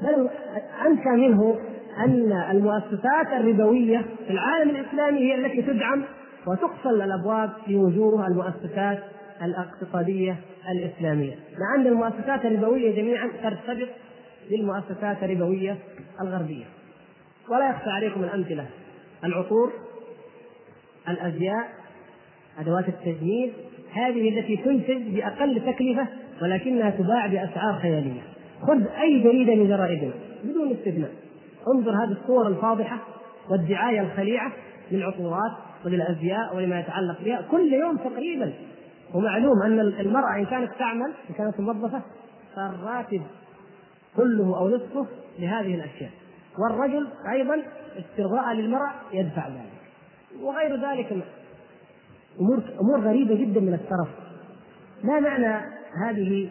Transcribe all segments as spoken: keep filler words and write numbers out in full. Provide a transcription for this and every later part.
بل أنكى منه أن المؤسسات الربوية في العالم الإسلامي هي التي تدعم وتقفل الأبواب في وجوه المؤسسات الاقتصادية الإسلامية، مع أن المؤسسات الربوية جميعا ترتبط بالمؤسسات الربوية الغربية. ولا يخفى عليكم الأمثلة: العطور، الأزياء، أدوات التجميل، هذه التي تنتج بأقل تكلفة ولكنها تباع بأسعار خيالية. خذ أي جريدة من جرائدنا بدون استثناء، انظر هذه الصور الفاضحة والدعاية الخليعة للعطورات وللأزياء ولما يتعلق بها كل يوم تقريبا. ومعلوم أن المرأة إن كانت تعمل، إن كانت موظفة، فالراتب كله أو نصفه لهذه الأشياء، والرجل أيضا استرضاء للمرأة يدفع ذلك، وغير ذلك أمور أمور غريبة جدا من الترف. ما معنى هذه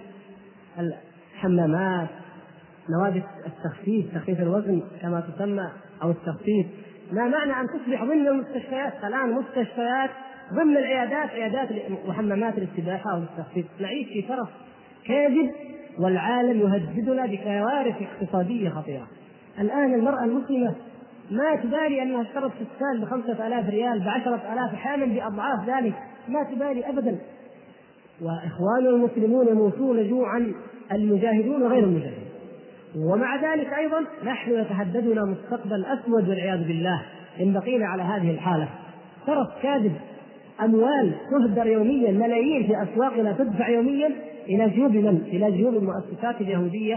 الحمامات، نوادي التخفيف، تخفيف الوزن كما تسمى أو التخفيف، ما معنى أن تصبح ضمن المستشفيات الآن مستشفيات ضمن العيادات عيادات وحمامات للسباحة أو للتخفيف؟ نعيش في ترف كاذب، والعالم يهددنا بكوارث اقتصادية خطيرة. الآن المرأة المسلمة ما تبالي أنها اشترت فستان بخمسة آلاف ريال، بعشرة آلاف، أحيانا بأضعاف ذلك، ما تبالي أبدا. وإخوان المسلمون يموتون جوعا، المجاهدون غير المجاهدين، ومع ذلك أيضا نحن يتهددنا مستقبل أسود والعياذ بالله إن بقينا على هذه الحالة. ترف كاذب، أموال تهدر يوميا، ملايين في أسواقنا تدفع يوميا إلى جيوب من؟ إلى جيوب المؤسسات اليهودية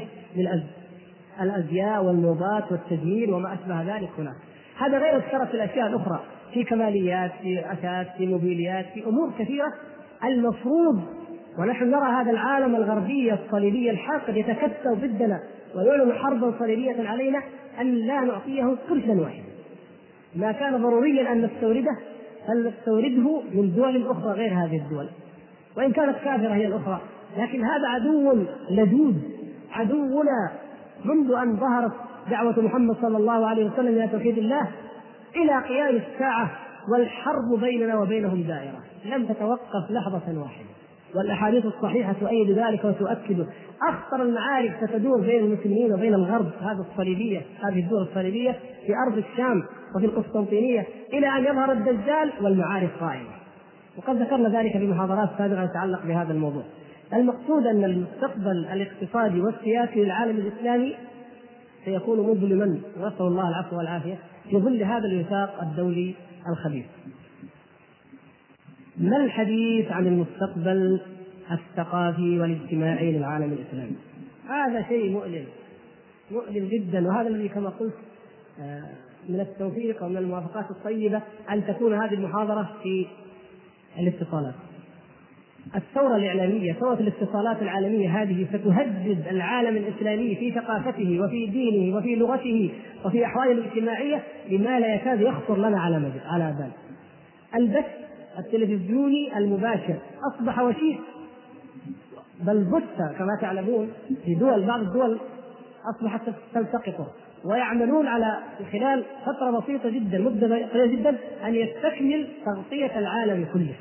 للأزياء والموضات والتجميل وما أشبه ذلك هناك. هذا غير الترف في الأشياء الأخرى، في كماليات، في أثاث، في موبيليات، في أمور كثيرة. المفروض ونحن نرى هذا العالم الغربي الصليبي الحاقد يتكتل ضدنا ويعلن حربا صليبية علينا أن لا نعطيه قرشا واحدا. ما كان ضروريا أن نستورده فلنستورده من دول أخرى غير هذه الدول، وإن كانت كافرة هي الأخرى، لكن هذا عدو لدود، عدونا منذ أن ظهرت دعوة محمد صلى الله عليه وسلم إلى توحيد الله إلى قيام الساعة، والحرب بيننا وبينهم دائرة لم تتوقف لحظة واحدة. والأحاديث الصحيحة تؤيد ذلك وتؤكد. أخطر المعارك ستدور بين المسلمين وبين الغرب هذه الصليبية، هذه الدول الصليبية في أرض الشام وفي القسطنطينية إلى أن يظهر الدجال، والمعارك قائمة. وقد ذكرنا ذلك في محاضرات سابقة يتعلق بهذا الموضوع. المقصود أن المستقبل الاقتصادي والسياسي للعالم الإسلامي سيكون مظلما، نسأل الله العفو والعافية، في ظل هذا الوثاق الدولي الخبيث. ما الحديث عن المستقبل الثقافي والاجتماعي للعالم الإسلامي؟ هذا شيء مؤلم مؤلم جدا، وهذا الذي كما قلت من التوفيق ومن الموافقات الطيبة أن تكون هذه المحاضرة في الاتصالات. الثورة الإعلامية، ثورة الاتصالات العالمية هذه ستهدد العالم الإسلامي في ثقافته وفي دينه وفي لغته وفي أحواله الاجتماعية بما لا يكاد يخطر لنا على على بال. البث التلفزيوني المباشر أصبح وشيء، بل بث كما تعلمون في دول، بعض الدول أصبحت تلتقطه ويعملون على خلال فترة بسيطة جدا، مدة قليلة جدا، أن يستكمل تغطية العالم كله.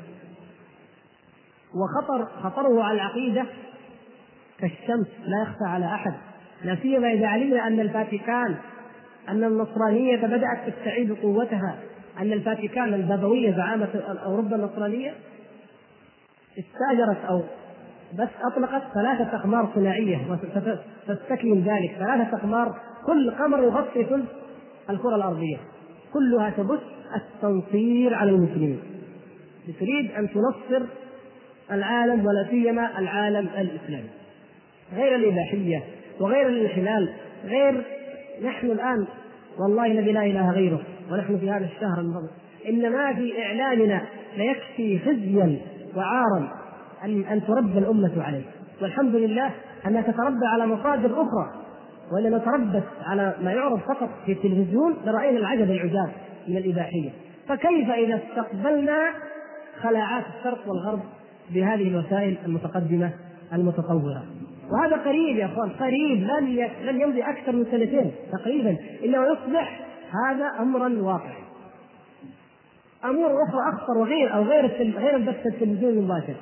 وخطر خطره على العقيدة كالشمس لا يخفى على أحد، لا سيما إذا علمنا أن الفاتيكان، أن النصرانية بدأت تستعيد قوتها، أن الفاتيكان البابوية زعامة أوروبا النصرانية استأجرت أو بس أطلقت ثلاثة أقمار صناعية وتستكمل ذلك، ثلاثة أقمار كل قمر يغطي ثلث الكرة الأرضية، كلها تبث التنصير على المسلمين، تريد أن تنصر العالم ولا سيما العالم الإسلامي، غير الإباحية وغير الانحلال، غير نحن الآن والله الذي لا إله غيره ونحن في هذا الشهر المفضل إنما في إعلاننا ليكفي خزيا وعارا أن, أن تربى الأمة عليه، والحمد لله أنها تتربى على مصادر أخرى، وإننا نتربت على ما يعرض فقط في التلفزيون لرأينا العجب العجاب من الإباحية. فكيف إذا استقبلنا خلاعات الشرق والغرب بهذه الوسائل المتقدمة المتطورة؟ وهذا قريب يا أخوان، قريب، لن لن يمضي أكثر من سنتين تقريبا إلا ويصبح هذا أمرا واقعا. أمور أخرى أخطر وغير أو غير غير البث التلفزيوني المباشر.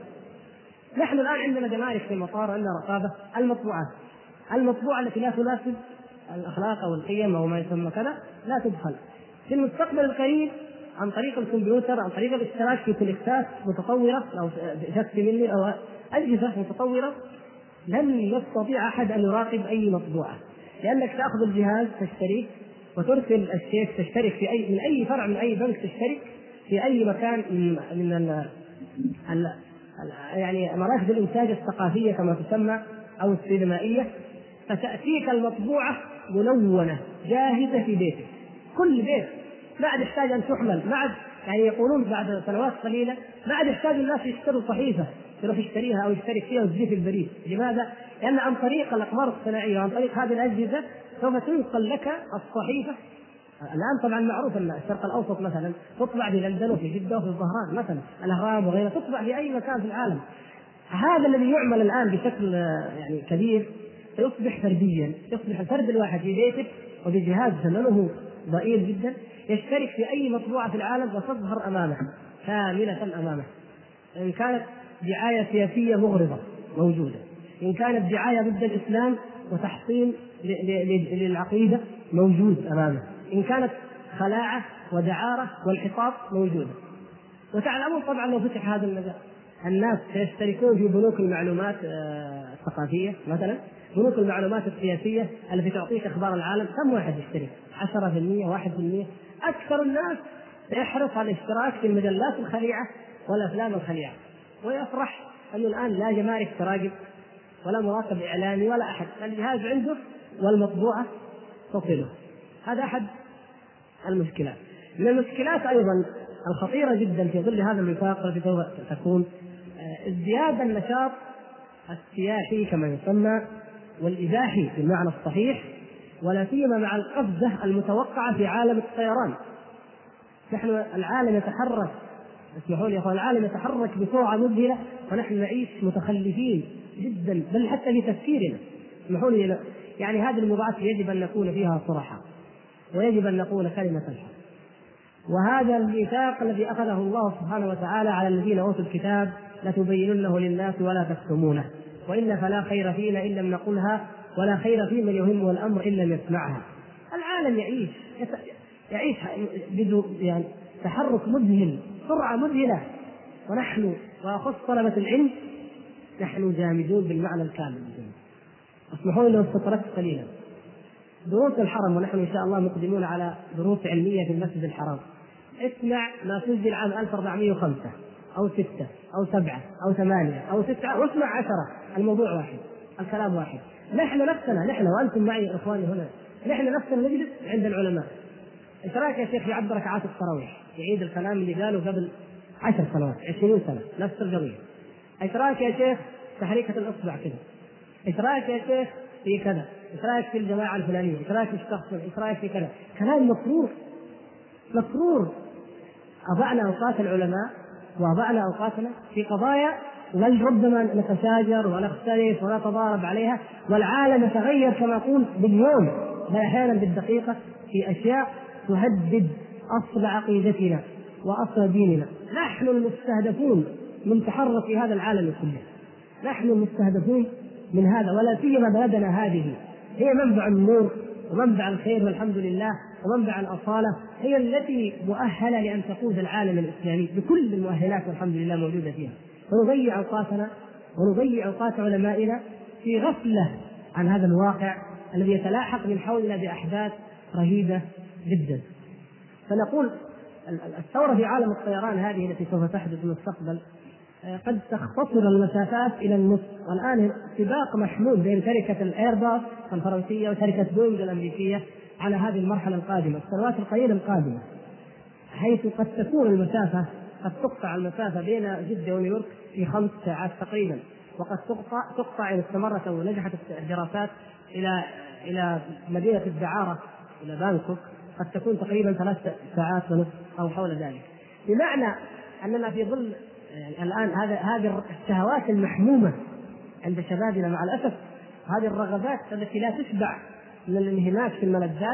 نحن الآن عندنا جمارك في المطار، عندنا رقابة المطبوعات المطبوعة التي لا تناسب الأخلاق أو القيم أو ما يسمى كذا لا تدخل. في المستقبل القريب عن طريق الكمبيوتر، عن طريق الاشتراك في كوليكتات متطورة أو شخص مني أو أجهزة متطورة، لن يستطيع أحد أن يراقب أي مطبوعة، لأنك تأخذ الجهاز تشترك وترسل الشيك، تشترك في أي من أي فرع من أي بنك، تشترك في أي مكان من من ال ال يعني مراكز الإنتاج الثقافية كما تسمى أو السينمائية، فتأتيك المطبوعة ملونة جاهزة في بيتك، كل بيت، ما عاد يحتاج أن تحمل، ما عاد يعني يقولون بعد سنوات قليلة ما عاد يحتاج الناس يشتروا صحيفة يروح يشتريها أو يشترك فيها وتجي في البريد. لماذا؟ لأن عن طريق الأقمار الصناعية وعن طريق هذه الأجهزة سوف تنقل لك الصحيفة. الآن طبعا معروف أن الشرق الأوسط مثلا تطبع في لندن وفي جدة وفي الظهران مثلا، الأهرام وغيرها تطبع في أي مكان في العالم. هذا الذي يعمل الآن بشكل يعني كبير سيصبح فرديا، يصبح الفرد الواحد في بيته وبجهاز ثمنه ضئيل جدا يشترك في أي مطبوعة في العالم وتظهر أمامه كاملة أمامه. إن كانت دعاية سياسية مغرضة موجودة، إن كانت دعاية ضد الإسلام وتحصين للعقيدة موجود أمامه، إن كانت خلاعة ودعارة والحطاب موجودة. وتعلمون طبعا لو فتح هذا المجال الناس سيشتركون في بنوك المعلومات الثقافية مثلا، بنوك المعلومات السياسية التي تعطيك أخبار العالم. كم واحد يشترك؟ عشرة في المية، واحد في المية. أكثر الناس يحرص على الاشتراك في المجلات الخليعة والأفلام الخليعة، ويفرح أنه الآن لا جمارك تراقب ولا مراقب إعلامي ولا أحد، الجهاز عنده والمطبوعة تصله. هذا أحد المشكلات. من المشكلات أيضا الخطيرة جدا في ظل هذا الوفاق الذي تكون ازدياد النشاط السياحي كما يسمى والإباحي بالمعنى الصحيح، ولا سيما مع القفزة المتوقعة في عالم الطيران. نحن العالم يتحرك، اسمحوا لي يا اخوان، العالم يتحرك بسرعة مذهلة ونحن نعيش متخلفين جدا بل حتى في تفكيرنا. اسمحوا لي، يعني هذه الموضوعات يجب أن نكون فيها صراحة ويجب أن نقول كلمة الحق. وهذا الميثاق الذي أخذه الله سبحانه وتعالى على الذين أوتوا الكتاب لتبيننه للناس ولا تكتمونه، وإلا فلا خير فينا إن لم نقلها ولا خير في من يهمه الأمر إن لم يسمعها. العالم يعيش يعيش بدون يعني تحرك مذهل، سرعة مذهلة، ونحن وأخص طلبة العلم نحن جامدون بالمعنى الكامل. اسمحوا لي لو استطردت قليلا. دروس الحرم، ونحن إن شاء الله مقدمون على دروس علمية في المسجد الحرام، اسمع ما سجل عام ألف وأربعمائة وخمسة أو ستة أو سبعة أو ثمانية أو تسعة واسمع عشرة، الموضوع واحد، الكلام واحد. نحن نفسنا، نحن وأنتم معي إخواني هنا، نحن نفسنا نجلس عند العلماء. إيش رأيك يا شيخ في عبد ركعات التراويح؟ يعيد الكلام اللي قاله قبل عشر سنوات عشرين سنة نفس القضية. إيش رأيك يا شيخ تحريكة الإصبع كذا؟ إيش رأيك يا شيخ في كذا؟ إيش رأيك في الجماعة الفلانية؟ إيش رأيك في الشخص؟ إيش رأيك في كذا؟ كلام مفروض مفروض. أضعنا أوقات العلماء وأضعنا أوقاتنا في قضايا ولربما نتشاجر ونختلف ونتضارب عليها، والعالم يتغير كما أقول باليوم بل أحيانا بالدقيقة في أشياء تهدد أصل عقيدتنا وأصل ديننا. نحن المستهدفون من تحرك في هذا العالم كله، نحن المستهدفون من هذا، ولا سيما بلدنا هذه هي منبع النور ومنبع الخير والحمد لله ومنبع الأصالة، هي التي مؤهلة لأن تقود العالم الإسلامي بكل المؤهلات والحمد لله موجودة فيها. ونضيع أوقاتنا ونضيع أوقات علمائنا في غفلة عن هذا الواقع الذي يتلاحق من حولنا بأحداث رهيبة جدا. فنقول الثورة في عالم الطيران هذه التي سوف تحدث في المستقبل قد تختصر المسافات إلى النصف. والآن سباق محمود بين شركة الإيرباص الفرنسية وشركة بوينغ الأمريكية على هذه المرحلة القادمة، السنوات القليلة القادمة، حيث قد تكون المسافة قد تقطع المسافة بين جدة ونيويورك في خمس ساعات تقريبا، وقد تقطع تقطع إن استمرت ونجحت الدراسات إلى إلى مدينة الدعارة إلى بانكوك قد تكون تقريبا ثلاث ساعات ونصف أو حول ذلك. بمعنى أننا في ظل يعني الآن هذا هذه الشهوات المحمومة عند شبابنا مع الأسف، هذه الرغبات التي لا تشبع من الانهماك في الملذات،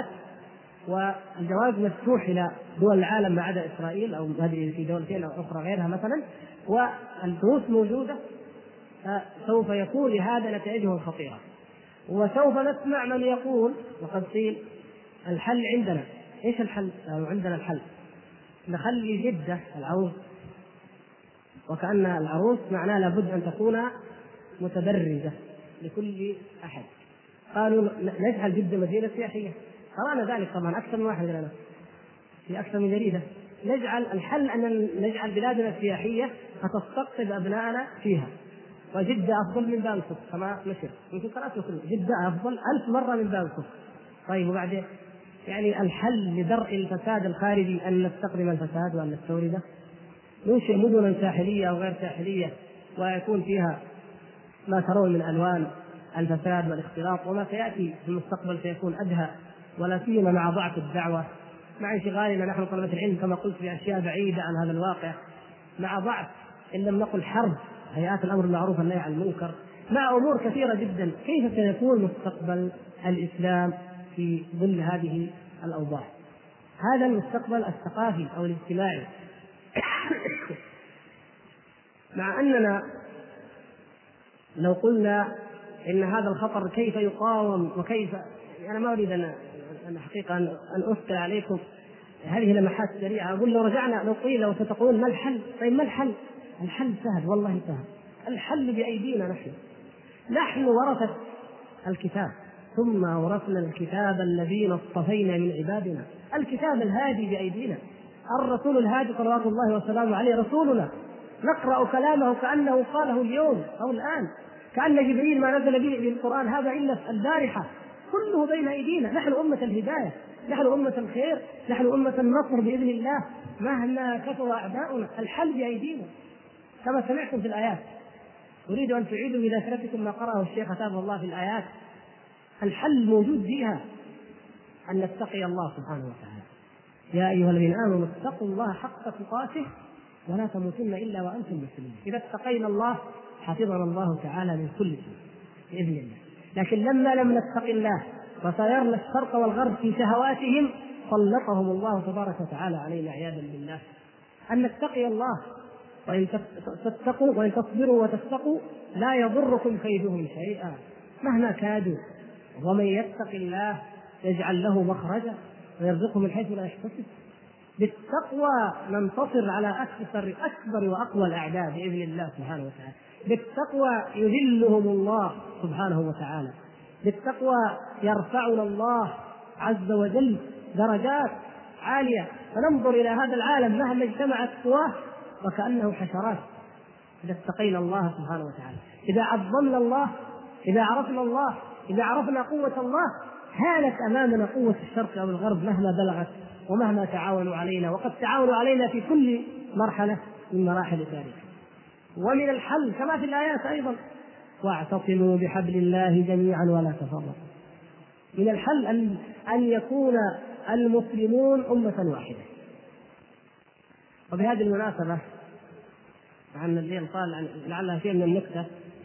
والجواز مفتوح إلى دول العالم ما عدا إسرائيل أو هذه في دولتين أو أخرى غيرها مثلا، والدروس موجودة، سوف يكون لهذا نتائجه الخطيرة. وسوف نسمع من يقول وقد قيل الحل عندنا. ايش الحل؟ أو عندنا الحل نخلي جدة العروس، وكأن العروس معناه لابد أن تكون متبرجة لكل أحد. قالوا نجعل جدة مدينة سياحية، قرأنا ذلك طبعا أكثر من واحد لنا في أكثر من جريدة. نجعل الحل أن نجعل بلادنا سياحية فتستقطب أبنائنا فيها، وجدة أفضل من بانكوك كما نشر يمكن قرأته كله، جدة أفضل ألف مرة من بانكوك. طيب وبعدين يعني الحل لدرء الفساد الخارجي أن نستخدم الفساد وأن نستورده، ننشئ مدنا ساحلية أو غير ساحلية ويكون فيها ما ترون من ألوان الفساد والاختلاط، وما سيأتي في المستقبل سيكون أدهى، ولا سيما مع ضعف الدعوة، مع انشغالنا نحن طلبة العلم كما قلت في أشياء بعيدة عن هذا الواقع، مع ضعف إن لم نقل حرب هيئات الأمر بالمعروف والنهي عن المنكر، مع أمور كثيرة جدا. كيف سيكون مستقبل الإسلام في ظل هذه الأوضاع؟ هذا المستقبل الثقافي أو الاجتماعي. مع أننا لو قلنا إن هذا الخطر كيف يقاوم وكيف، أنا ما أريد أن أن حقيقة أن أثقل عليكم هذه لمحات سريعة. أقول لو رجعنا لو قيل لو ستقولون ما الحل؟ طيب ما الحل؟ الحل سهل والله سهل، الحل بأيدينا نحن. نحن ورثة الكتاب، ثم ورثنا الكتاب الذين اصطفينا من عبادنا. الكتاب الهادي بأيدينا، الرسول الهادي صلوات الله وسلامه عليه رسولنا، نقرأ كلامه كأنه قاله اليوم أو الآن، كأن جبريل ما نزل به بالقرآن هذا إلا البارحة، كله بين أيدينا. نحن أمة الهداية، نحن أمة الخير، نحن أمة النصر بإذن الله مهما كثر أعداؤنا. الحل بأيدينا كما سمعتم في الآيات. أريد أن تعيدوا بذاكرتكم ما قرأه الشيخ أتابه الله في الآيات. الحل موجود فيها، أن نتقي الله سبحانه وتعالى. يا أيها الذين آمنوا اتقوا الله حق تقاته ولا تموتن إلا وأنتم مسلمون. إذا اتقينا الله حفظنا الله تعالى من كل شيء بإذن الله. لكن لما لم نتق الله وسيرنا الشرق والغرب في شهواتهم سلطهم الله تبارك وتعالى علينا عياذا بالله. أن نتقي الله، وإن تتقوا وإن تصبروا وتتقوا لا يضركم كيدهم شيئا مهما كادوا، ومن يتق الله يجعل له مخرجا ويرزقه من حيث لا يحتسب. بالتقوى ننتصر على أكثر أكبر وأقوى الأعداء بإذن الله سبحانه وتعالى. بالتقوى يذلهم الله سبحانه وتعالى. بالتقوى يرفعنا الله عز وجل درجات عالية، فننظر إلى هذا العالم مهما اجتمعت قواه وكأنه حشرات إذا اتقينا الله سبحانه وتعالى. إذا عظمنا الله، إذا عرفنا الله، إذا عرفنا قوة الله، هانت أمامنا قوة الشرق أو الغرب مهما بلغت ومهما تعاونوا علينا، وقد تعاونوا علينا في كل مرحلة من مراحل تاريخ. ومن الحل كما في الآيات أيضا واعتصموا بحبل الله جميعا ولا تفرقوا. من الحل أن أن يكون المسلمون أمة واحدة. وبهذه المناسبة عن الليل قال لعلها شيء من النكتة،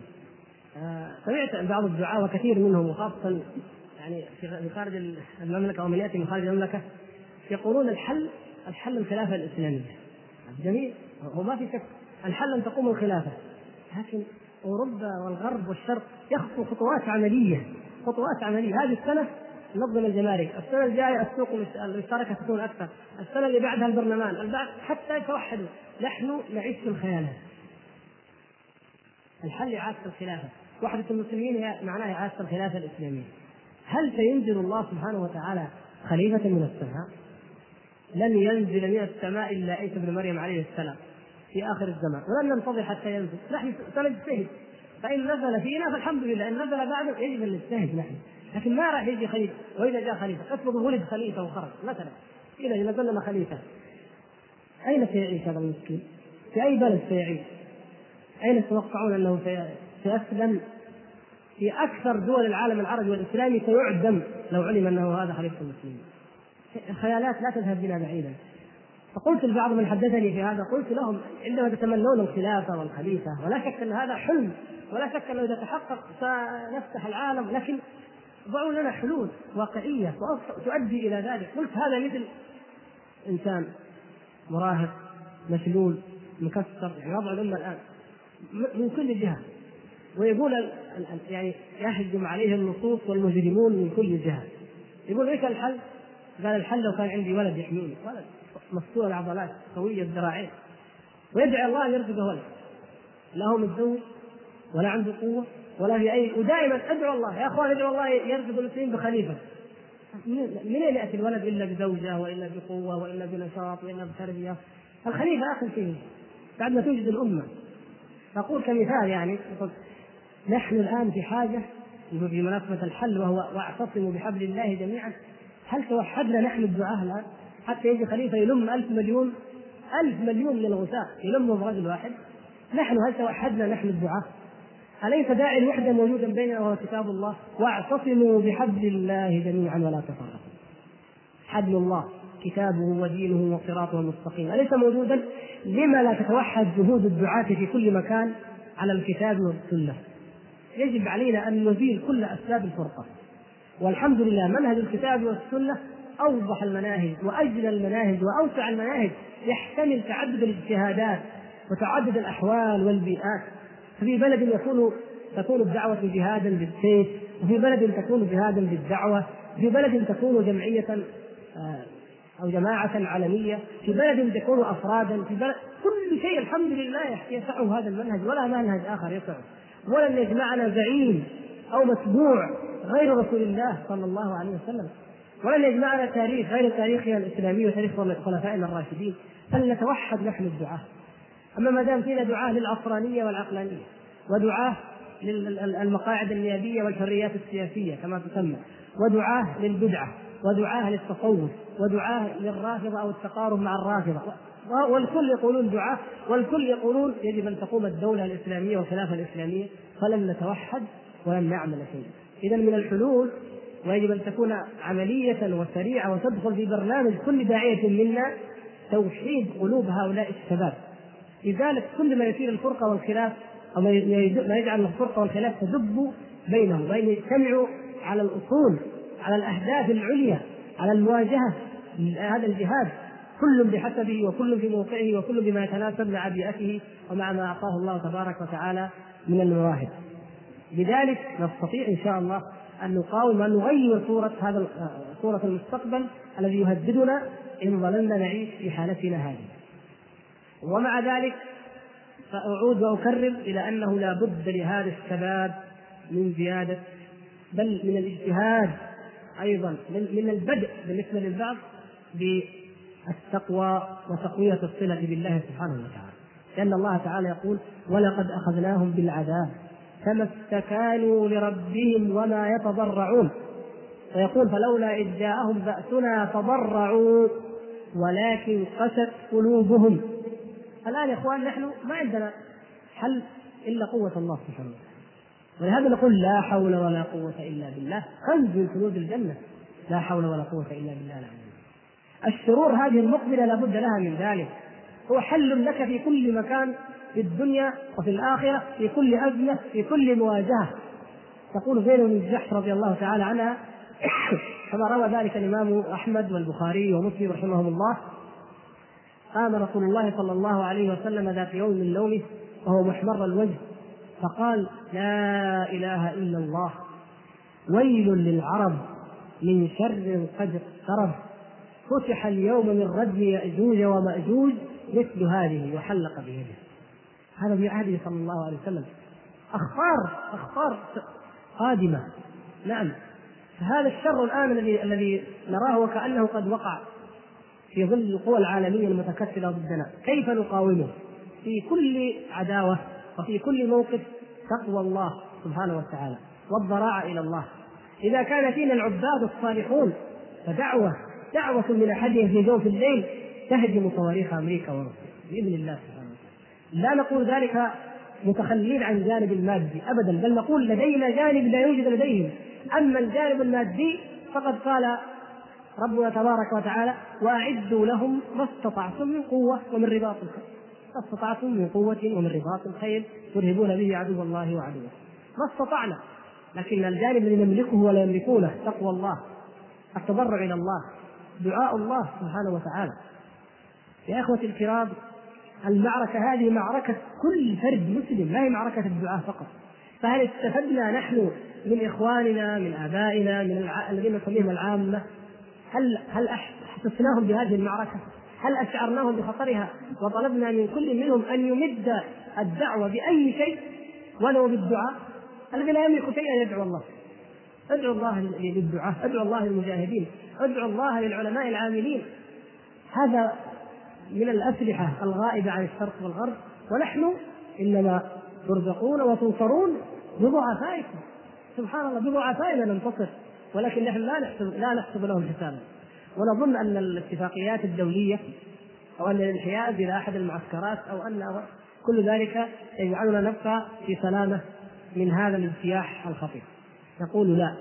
سمعت بعض الدعاة وكثير منهم وخاصة يعني في خارج المملكة ومن يأتي من خارج المملكة يقولون الحل الحل الخلافة الإسلامية. جميل، وما في شك الحل أن تقوم الخلافة، لكن أوروبا والغرب والشرق يخطو خطوات عملية خطوات عملية. هذه السنة نظم الجمارك، السنة الجاية السوق المشتركة تكون أكثر، السنة اللي بعدها البرلمان، البعض حتى يتوحدوا. نحن نعيش في الخيالات. الحل إعادة الخلافة، وحدة المسلمين هي معناها إعادة الخلافة الإسلامية. هل سينزل الله سبحانه وتعالى خليفة من السماء؟ لن ينزل من السماء إلا عيسى بن مريم عليه السلام في آخر الزمان، ولن ننتظر حتى ينزل. نحن سنجتهد، فإن نزل فينا فالحمد لله، إن نزل بعده يجب أن نجتهد نحن، لكن ما راح يجي خليفة. وإذا جاء خليفة افرض ولد خليفة وخرج مثلا، إذا نزل لنا خليفة أين سيعيش هذا المسكين؟ في أي بلد سيعيش؟ أين تتوقعون أنه سيسلم؟ في أكثر دول العالم العربي والإسلامي سيعدم لو علم أنه هذا خليفة المسلمين. الخيالات لا تذهب بنا بعيدا. فقلت لبعض من حدثني في هذا، قلت لهم عندما تتمنون الخلافة والخليفة ولا شك أن هذا حلم، ولا شك أنه إذا تحقق سنفتح العالم، لكن ضعوا لنا حلول واقعية تؤدي إلى ذلك. قلت هذا مثل إنسان مراهق مشلول مكسر، يعني وضع الأمة الآن من كل جهة، ويقول يعني يهجم عليه اللصوص والمجرمون من كل جهة. يقول ايش الحل؟ قال الحل لو كان عندي ولد يحميني، ولد مفتوح العضلات قوية الذراعين، ويدعي الله ان يرزقه ولد، لا هو متزوج ولا عنده قوة ولا في أي، ودائما أدعو الله يا أخوان، أدعو الله يرزق المسلمين بخليفة. منين يأتي الولد إلا بزوجة وإلا بقوة وإلا بنشاط وإلا بتربية؟ الخليفة آخر شيء بعد ما توجد الأمة. نقول كمثال يعني نحن الآن في حاجة في مناسبة الحل وهو واعتصموا بحبل الله جميعا. هل توحدنا نحن الدعاة الآن حتى يجي خليفة يلم ألف مليون ألف مليون من الغثاء يلمهم رجل واحد؟ نحن هل توحدنا نحن الدعاة؟ أليس داعي الوحدة موجودا بيننا وهو كتاب الله؟ واعتصموا بحبل الله جميعا ولا تفرقوا. حبل الله كتابه ودينه وصراطه المستقيم أليس موجودا؟ لما لا تتوحد جهود الدعاة في كل مكان على الكتاب والسنة؟ يجب علينا أن نزيل كل أسباب الفرقة، والحمد لله منهج الكتاب والسنة أوضح المناهج وأجل المناهج وأوسع المناهج، يحتمل تعدد الاجتهادات وتعدد الأحوال والبيئات. في بلد يكون تكون الدعوة جهادا بالسيف، وفي بلد تكون جهادا بالدعوة، في بلد تكون جمعية أو جماعة علنية، في بلد تكون أفرادا، في بلد كل شيء الحمد لله يسعه هذا المنهج، ولا منهج آخر يسعه. ولن يجمعنا زعيم أو متبوع غير رسول الله صلى الله عليه وسلم، ولن يجمعنا تاريخ غير تاريخنا الإسلامي وتاريخ خلفائنا الراشدين. فلنتوحد نحن الدعاة. أما ما دام فينا دعاة للعصرانية والعقلانية، ودعاة للمقاعد النيابية والحريات السياسية كما تسمى، ودعاة للبدعة، ودعاة للتصوف، ودعاة للرافضة أو التقارب مع الرافضة، والكل يقولون دعاة، والكل يقولون يجب أن تقوم الدولة الإسلامية والخلافة الإسلامية، فلن نتوحد ولن نعمل شيئا. إذن من الحلول، ويجب أن تكون عملية وسريعة وتدخل في برنامج كل داعية منا، توحيد قلوب هؤلاء الشباب، لذلك كل ما يثير الفرقة والخلاف أو ما يجعل الفرقة والخلاف تدب بينهم، وأن يجتمعوا على الأصول، على الأهداف العليا، على المواجهة هذا الجهاد، كل بحسبه وكل في موقعه وكل بما يتناسب مع بيئته ومع ما أعطاه الله تبارك وتعالى من المواهب. لذلك نستطيع إن شاء الله أن نقاوم وأن نغير صورة هذا صورة المستقبل الذي يهددنا إن ظللنا نعيش في حالتنا هذه. ومع ذلك فأعود وأكرر إلى أنه لا بد لهذا الشباب من زيادة، بل من الاجتهاد أيضا، من البدء بالنسبة للبعض بالتقوى وتقوية الصلة بالله سبحانه وتعالى، لأن الله تعالى يقول: ولقد أخذناهم بالعذاب فما استكانوا لربهم وما يتضرعون، ويقول: فلولا إذ جاءهم بأسنا تضرعوا ولكن قست قلوبهم. الآن يا إخوان نحن ما عندنا حل إلا قوة الله سبحانه وتعالى، ولهذا نقول: لا حول ولا قوة إلا بالله، كنز من كنوز الجنة، لا حول ولا قوة إلا بالله العظيم. الشرور هذه المقبلة لا بد لها من ذلك، هو حل لك في كل مكان في الدنيا وفي الآخرة، في كل أزمة، في كل مواجهة. تقول زينب بن جحش رضي الله تعالى عنها كما روى ذلك الإمام أحمد والبخاري ومسلم رحمهم الله: قام رسول الله صلى الله عليه وسلم ذات يوم من نومه وهو محمر الوجه فقال: لا إله إلا الله، ويل للعرب من شر قد اقترب، فتح اليوم من ردم يأجوج ومأجوج مثل هذه، وحلق بيده. هذا في عهده صلى الله عليه وسلم. أخبار أخبار قادمة. نعم، هذا الشر الآن الذي الذي نراه وكأنه قد وقع في ظل القوى العالمية المتكتلة ضدنا، كيف نقاومه؟ في كل عداوة وفي كل موقف تقوى الله سبحانه وتعالى والضراعة إلى الله. إذا كان فينا العباد الصالحون فدعوة دعوة من أحدهم في جوف الليل تهدم صواريخ أمريكا وروسيا بإذن الله سبحانه وتعالى. لا نقول ذلك متخلين عن الجانب المادي أبدا، بل نقول لدينا جانب لا يوجد لديهم. أما الجانب المادي فقد قال ربنا تبارك وتعالى: وأعدوا لهم ما استطعتم من قوة ومن رباط الخيل، ما استطعتم من قوة ومن رباط الخيل ترهبون به عدو الله وعدوه. ما استطعنا، لكن الجانب الذي نملكه ولا يملكونه تقوى الله، التضرع إلى الله، دعاء الله سبحانه وتعالى. يا إخوتي الكرام، المعركة هذه معركة كل فرد مسلم، لا هي معركة الدعاء فقط. فهل استفدنا نحن من إخواننا من آبائنا من الع... الذين نسميهم العامة؟ هل هل حسسناهم بهذه المعركة؟ هل أشعرناهم بخطرها وطلبنا من كل منهم أن يمد الدعوة بأي شيء ولو بالدعاء؟ الذي لا يملك شيئا يدعو الله. ادعوا الله للدعاء، ادعوا الله للمجاهدين، ادعوا الله للعلماء العاملين. هذا من الأسلحة الغائبة عن الشرق والغرب، ونحن إنما ترزقون وتنصرون بضعفائكم. سبحان الله، بضعفائنا ننتصر، ولكن نحن لا نحسب لا نحسب لهم حسابا. ونظن أن الاتفاقيات الدولية أو أن الانحياز إلى أحد المعسكرات أو أن كل ذلك يجعلنا نبقى في سلامة من هذا الاجتياح الخطير. نقول لا،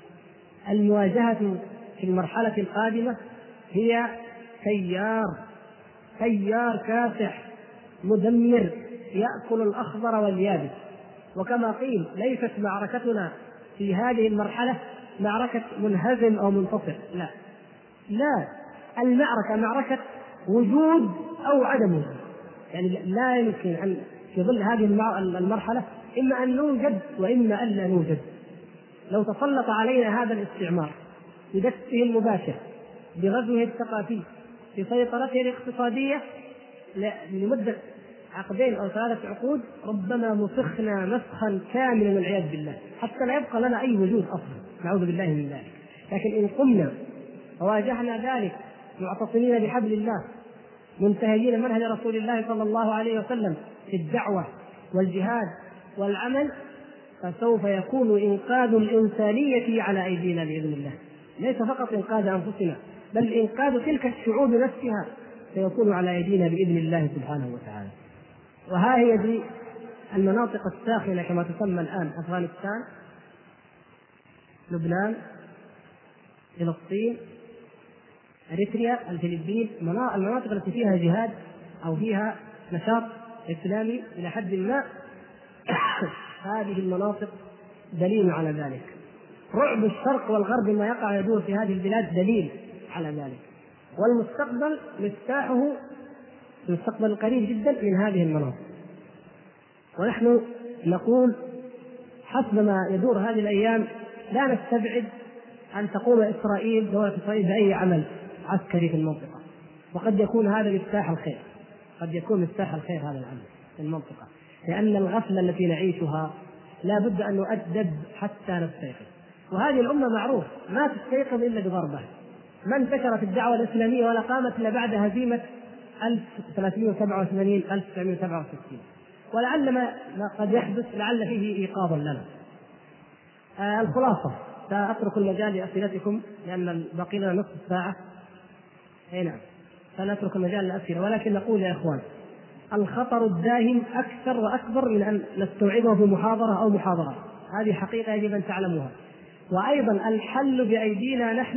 المواجهة في المرحلة القادمة هي تيار تيار كاسح مدمر يأكل الأخضر واليابس. وكما قيل ليست معركتنا في هذه المرحلة معركة منهزم أو منتصر، لا لا، المعركة معركة وجود أو عدم وجود. يعني لا يمكن أن في ظل هذه المرحلة إما أن نوجد وإما أن لا نوجد. لو تسلط علينا هذا الاستعمار بدفه المباشر بغزوه الثقافي بسيطرته الاقتصادية لمدة عقدين أو ثلاثة عقود، ربما مسخنا مسخا كاملا والعياذ بالله، حتى لا يبقى لنا أي وجود أصلا، نعوذ بالله من ذلك. لكن إن قمنا وواجهنا ذلك معتصمين بحبل الله منتهجين منهج رسول الله صلى الله عليه وسلم في الدعوة والجهاد والعمل، فسوف يكون إنقاذ الإنسانية على أيدينا بإذن الله. ليس فقط إنقاذ أنفسنا، بل إنقاذ تلك الشعوب نفسها سيكون على أيدينا بإذن الله سبحانه وتعالى. وها هي دي المناطق الساخنة كما تسمى الآن: أفغانستان، لبنان، فلسطين، أريتريا، الفلبين، المناطق التي فيها جهاد أو فيها نشاط إسلامي إلى حد ما. هذه المناطق دليل على ذلك. رعب الشرق والغرب ما يقع يدور في هذه البلاد دليل على ذلك. والمستقبل مفتاحه المستقبل القريب جدا من هذه المناطق. ونحن نقول حسب ما يدور هذه الأيام لا نستبعد أن تقوم إسرائيل دولة إسرائيل بأي عمل عسكري في المنطقة، وقد يكون هذا مفتاح الخير، قد يكون مفتاح الخير هذا العمل في المنطقة، لأن الغفلة التي نعيشها لا بد أن نؤدب حتى نستيقظ. وهذه الأمة معروف ما تستيقظ إلا بضربة. ما انتشرت الدعوة الإسلامية ولا قامت إلا بعد هزيمة ألف وثلاثمائة وسبعة وثمانين ألف وتسعمائة وسبعة وستين، ولعل ما قد يحدث لعل فيه إيقاظا لنا. آه الخلاصة، سأترك المجال لأسئلتكم لأن بقي لنا نصف ساعة. هنا سنترك المجال للأسئلة، ولكن نقول يا إخوان الخطر الداهم أكثر وأكبر من أن نستوعبه في محاضرة أو محاضرات. هذه حقيقة يجب أن تعلموها. وأيضا الحل بأيدينا نحن،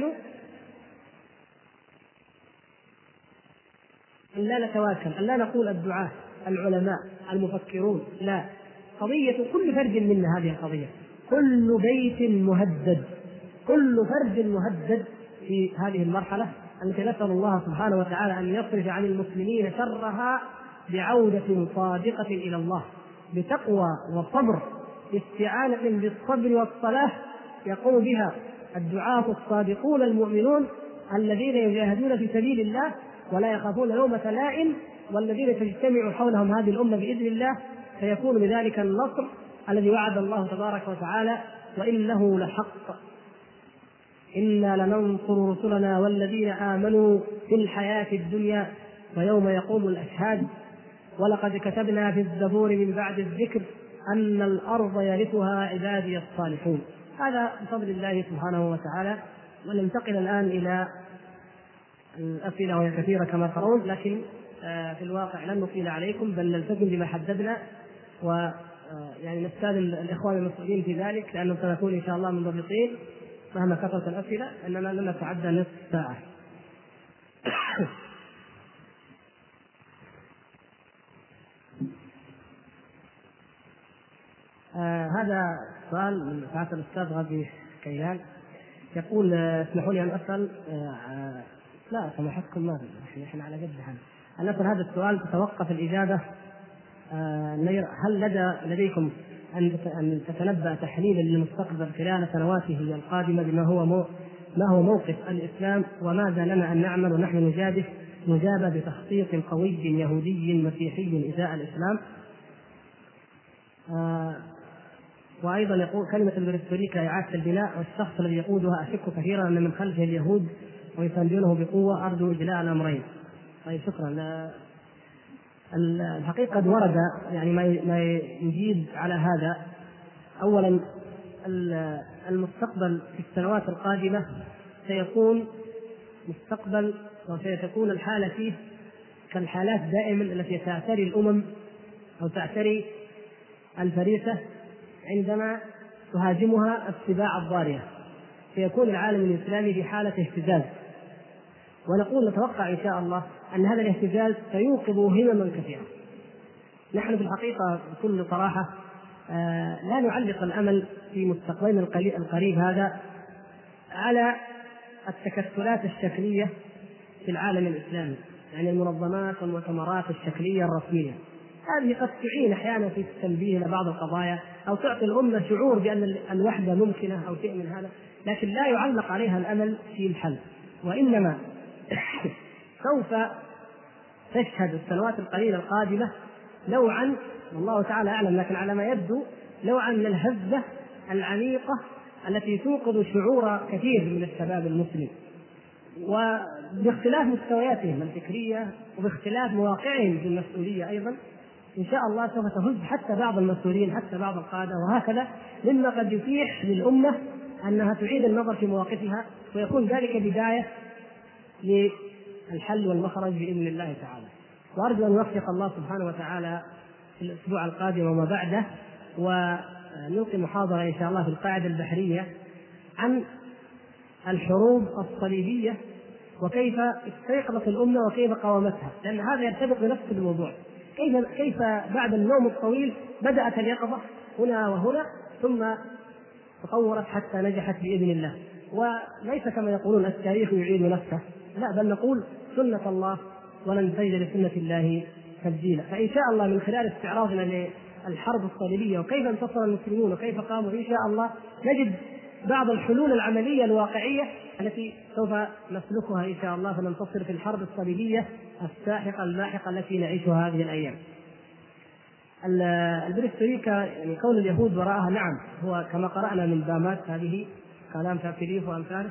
أن لا نتواكل، أن لا نقول الدعاة العلماء المفكرون، لا، قضية كل فرد منا هذه القضية. كل بيت مهدد، كل فرد مهدد في هذه المرحلة التي نسأل الله سبحانه وتعالى أن يصرف عن المسلمين شرها بعودة صادقة إلى الله بتقوى وصبر، استعانة بالصبر والصلاة يقوم بها الدعاة الصادقون المؤمنون الذين يجاهدون في سبيل الله ولا يخافون لومة لائم، والذين تجتمع حولهم هذه الأمة بإذن الله، فيكون بذلك النصر الذي وعد الله تبارك وتعالى: وإنه لحق، إنا لننصر رسلنا والذين آمنوا في الحياة الدنيا ويوم يقوم الأشهاد، ولقد كتبنا في الزبور من بعد الذكر أن الأرض يرثها عبادي الصالحون. هذا بفضل الله سبحانه وتعالى. وننتقل الآن إلى الأسئلة وهي كثيرة كما ترون، لكن في الواقع لن نطيل عليكم بل نلتزم بما حددنا، و يعني نستاذن الإخوان المسؤولين في ذلك لأنهم سنكون إن شاء الله منضبطين مهما كثرت الأسئلة، أننا لن نتعدى نصف ساعة. آه هذا سؤال من سعادة الأستاذ غازي كيلان، يقول: اسمحوا لي أن أسأل آه آه لا سمحتكم، ما احنا على قد هذا أن أسأل هذا السؤال تتوقف الإجابة. آه هل لدى لديكم أن تتنبأ تحليلا للمستقبل خلال سنواته القادمة بما هو مو ما هو موقف الإسلام وماذا لنا أن نعمل ونحن نجابه نجابة بتخطيط قوي يهودي مسيحي إزاء الإسلام. آه وأيضا يقول كلمة البريستوليكا إعادة البناء، والشخص الذي يقودها أشك كثيرا أن من خلفه اليهود ويساندونه بقوة، أرجو إجلاء الأمرين. طيب شكرا. الحقيقة قد ورد يعني ما يجيب على هذا. أولا المستقبل في السنوات القادمة سيكون مستقبل وسيكون الحالة فيه كالحالات دائما التي تعتري الأمم أو تعتري الفريسة عندما تهاجمها السباع الضارية، سيكون العالم الإسلامي في حالة اهتزاز، ونقول نتوقع إن شاء الله أن هذا الاهتزاز سيوقظ همما كثيرة. نحن في الحقيقة بكل صراحة آه لا نعلق الأمل في مستقبلنا القريب هذا على التكتلات الشكلية في العالم الإسلامي، يعني المنظمات والمؤتمرات الشكلية الرسمية. هذه قد تعين أحيانا في التنبيه إلى بعض القضايا أو تعطي الأمة شعور بأن الوحدة ممكنة أو شيء من هذا، لكن لا يعلق عليها الأمل في الحل. وإنما سوف تشهد السنوات القليلة القادمة نوعا، والله تعالى أعلم، لكن على ما يبدو نوعا من الهزة العميقة التي توقظ شعور كثير من الشباب المسلم، وباختلاف مستوياتهم الفكرية وباختلاف مواقعهم في المسؤولية أيضا إن شاء الله سوف تهز حتى بعض المسؤولين حتى بعض القادة وهكذا، مما قد يتيح للأمة أنها تعيد النظر في مواقفها، ويكون ذلك بداية للحل والمخرج بإذن الله تعالى. وأرجو أن يوفق الله سبحانه وتعالى في الأسبوع القادم وما بعده، ونلقي محاضرة إن شاء الله في القاعدة البحرية عن الحروب الصليبية وكيف استيقظت الأمة وكيف قاومتها، لأن هذا يرتبط بنفس الموضوع. كيف كيف بعد النوم الطويل بدأت اليقظة هنا وهنا ثم تطورت حتى نجحت بإذن الله. وليس كما يقولون التاريخ يعيد نفسه، لا، بل نقول سنة الله ولن تجد لسنة الله تبديلا. فإن شاء الله من خلال استعراضنا للحرب الصليبية وكيف انتصر المسلمون وكيف قاموا، إن شاء الله نجد بعض الحلول العملية الواقعية التي سوف نسلكها إن شاء الله فننتصر في الحرب الصليبية الساحقة اللاحقة التي نعيشها هذه الأيام. البريستوليكا يعني كون اليهود وراءها، نعم، هو كما قرأنا من دامات هذه كلام تافريف وأمثاله.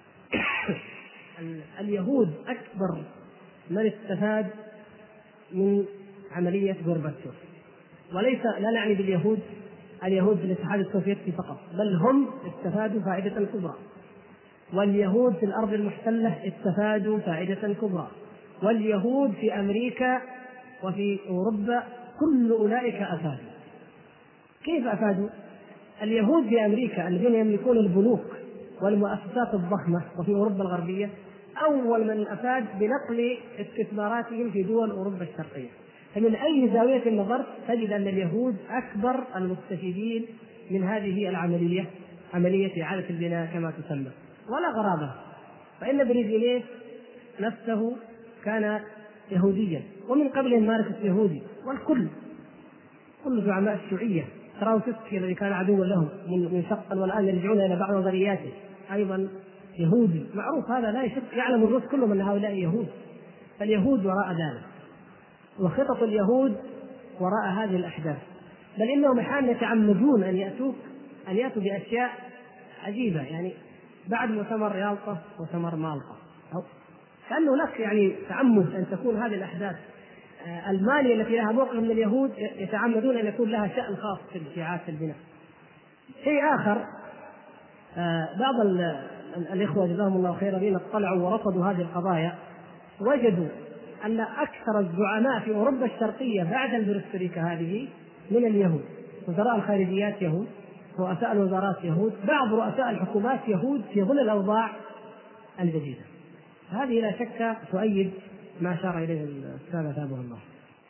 اليهود أكبر من استفاد من عملية غورباتشوف، وليس لا نعني باليهود اليهود في الاتحاد السوفيتي فقط، بل هم استفادوا فائدة كبرى، واليهود في الأرض المحتلة استفادوا فائدة كبرى، واليهود في أمريكا وفي أوروبا كل أولئك أفادوا. كيف أفادوا؟ اليهود في أمريكا الذين يملكون البنوك والمؤسسات الضخمة، وفي أوروبا الغربية أول من أفاد بنقل استثماراتهم في دول أوروبا الشرقية. فمن أي زاوية نظرت تجد أن اليهود أكبر المستفيدين من هذه العملية، عملية إعادة البناء كما تسمى، ولا غرابة، فإن بريزيليف نفسه كان يهوديا ومن قبل ماركس يهودي، والكل كل زعماء الشيوعية، تراوسكي الذي كان عدوا لهم من شقا والآن يرجعون إلى بعض نظرياته أيضا يهودي معروف، هذا لا يشك، يعلم الروس كلهم أن هؤلاء يهود. فاليهود وراء ذلك، وخطط اليهود وراء هذه الأحداث، بل إنهم أحيانا يتعمدون أن يأتوا أن يأتوا بأشياء عجيبة. يعني بعد مؤتمر يالطا مؤتمر مالطا، أو كأنه لك يعني تعمد أن تكون هذه الأحداث ألمانيا التي لها موقف من اليهود يتعمدون أن يكون لها شأن خاص في إعادة البناء. شيء آخر، بعض الإخوة جزاهم الله خيرا الذين اطلعوا ورصدوا هذه القضايا وجدوا أن أكثر الزعماء في أوروبا الشرقية بعد البريستوليكا هذه من اليهود، وزراء الخارجيات يهود، رؤساء الوزارات يهود، بعض رؤساء الحكومات يهود في ظل الأوضاع الجديدة. هذه لا شك تؤيد ما أشار إليه الأستاذ أثابه الله.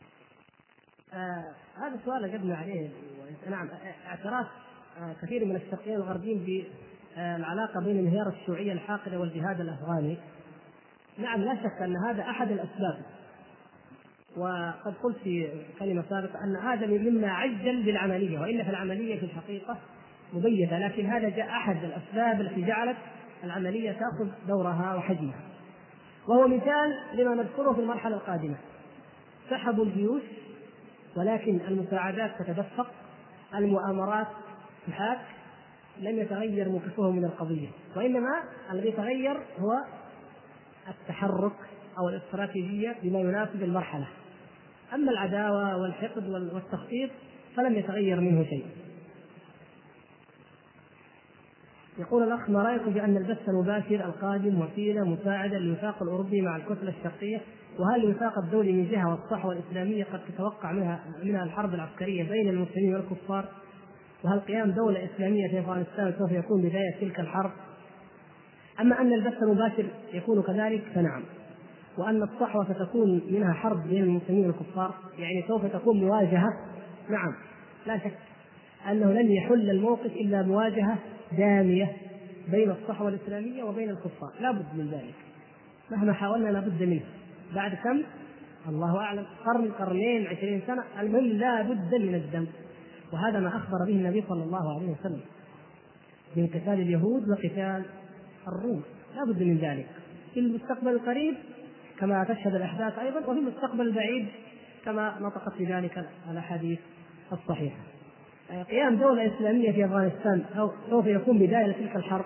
آه هذا السؤال أجبنا عليه. نعم، اعتراف آه كثير من الشرقيين الغربيين بالعلاقة بين انهيار الشيوعية الحاقدة والجهاد الأفغاني. نعم، لا شك أن هذا أحد الأسباب وقد قلت في كلمة سابقة أن هذا مما عجل بالعملية، وإلا في العملية في الحقيقة مبيتة، لكن هذا جاء أحد الأسباب التي جعلت العملية تأخذ دورها وحجمها. وهو مثال لما نذكره في المرحلة القادمة. سحبوا الجيوش ولكن المساعدات تتدفق، المؤامرات تحاك، لم يتغير موقفهم من القضية، وإنما الذي تغير هو التحرك أو الاستراتيجية بما يناسب المرحلة. أما العداوة والحقد والتخطيط فلم يتغير منه شيء. يقول الأخ: ما رأيكم بأن البث المباشر القادم وسيلة مساعدة للوفاق الأوروبي مع الكتلة الشرقية؟ وهل الوفاق الدولي من جهة والصحوة الإسلامية قد تتوقع منها منها الحرب العسكرية بين المسلمين والكفار؟ وهل قيام دولة إسلامية في أفغانستان سوف يكون بداية تلك الحرب؟ أما أن البث المباشر يكون كذلك فنعم، وأن الصحوة ستكون منها حرب بين المسلمين والكفار، يعني سوف تكون مواجهة، نعم لا شك أنه لن يحل الموقف إلا مواجهة دامية بين الصحوة الإسلامية وبين الكفار، لا بد من ذلك مهما حاولنا، لا بد منه. بعد كم؟ الله أعلم، قرن قرنين عشرين سنة، المهم لا بد من الدم. وهذا ما أخبر به النبي صلى الله عليه وسلم من قتال اليهود وقتال الروم، لا بد من ذلك في المستقبل القريب كما تشهد الأحداث أيضا، وفي المستقبل البعيد كما نطقت بذلك الأحاديث الصحيحة. قيام دولة إسلامية في أفغانستان سوف يكون بداية لتلك الحرب.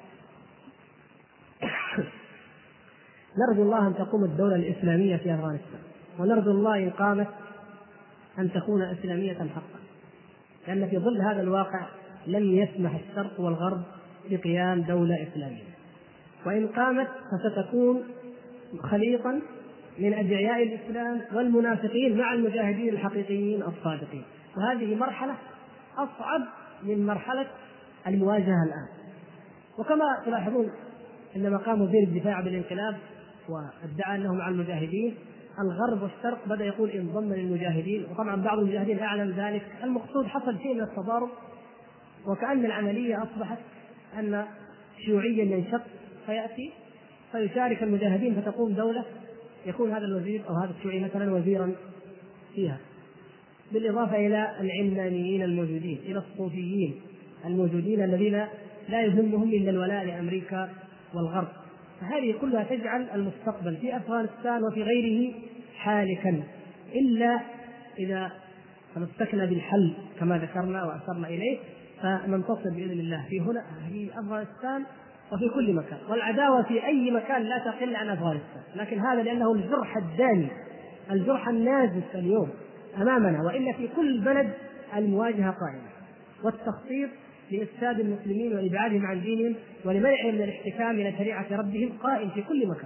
نرجو الله أن تقوم الدولة الإسلامية في أفغانستان، ونرجو الله إن قامت أن تكون إسلامية حقا، لأن في ظل هذا الواقع لن يسمح الشرق والغرب بقيام دولة إسلامية، وإن قامت فستكون خليطا من أدعياء الإسلام والمنافقين مع المجاهدين الحقيقيين الصادقين، وهذه مرحلة أصعب من مرحلة المواجهة الآن. وكما تلاحظون عندما قاموا بين الدفاع بالانقلاب وادعى أنهم مع المجاهدين، الغرب والشرق بدأ يقول انضم للمجاهدين، وطبعا بعض المجاهدين أعلن ذلك. المقصود حصل شيء من التضارب، وكأن العملية أصبحت أن شيوعيا ينشق فيأتي فيشارك المجاهدين فتقوم دولة يكون هذا الوزير أو هذا الشيوعي مثلا وزيرا فيها، بالإضافة إلى العلمانيين الموجودين، إلى الصوفيين الموجودين الذين لا يهمهم إلا الولاء لأمريكا والغرب. فهذه كلها تجعل المستقبل في أفغانستان وفي غيره حالكا، إلا إذا تمسكنا بالحل كما ذكرنا وأشرنا إليه فننتصر بإذن الله في هنا في أفغانستان وفي كل مكان. والعداوة في أي مكان لا تقل عن أفغانستان، لكن هذا لأنه الجرح الدامي، الجرح النازف اليوم أمامنا، وإلا في كل بلد المواجهة قائمة، والتخطيط لإفساد المسلمين وإبعادهم عن دينهم ولمنعهم من الاحتكام إلى شريعة ربهم قائم في كل مكان.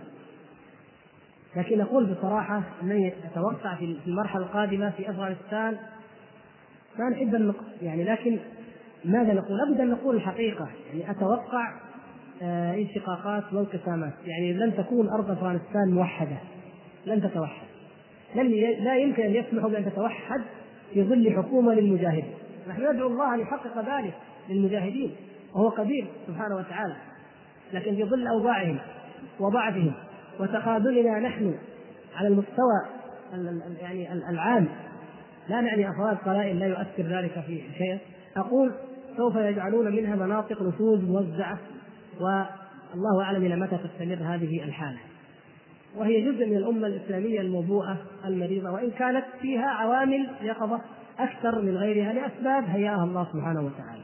لكن أقول بصراحة أنني أتوقع في المرحلة القادمة في أفغانستان ما نحب النقص يعني، لكن ماذا نقول؟ لابد أن نقول الحقيقة. يعني أتوقع آه انشقاقات وانقسامات، يعني لن تكون أرض أفغانستان موحدة، لن تتوحد، لن لا يمكن أن يسمحوا بأن تتوحد في ظل حكومة للمجاهدين. نحن ندعو الله أن يحقق ذلك للمجاهدين وهو قدير سبحانه وتعالى، لكن في ظل أوضاعهم وضعفهم وتقابلنا نحن على المستوى يعني العام، لا نعني أفراد قلائل لا يؤثر ذلك في شيء، أقول سوف يجعلون منها مناطق نفوذ موزعة، والله أعلم إلى متى تستمر هذه الحالة. وهي جزء من الأمة الإسلامية الموبوءة المريضة، وإن كانت فيها عوامل يقظة أكثر من غيرها لأسباب هيأها الله سبحانه وتعالى.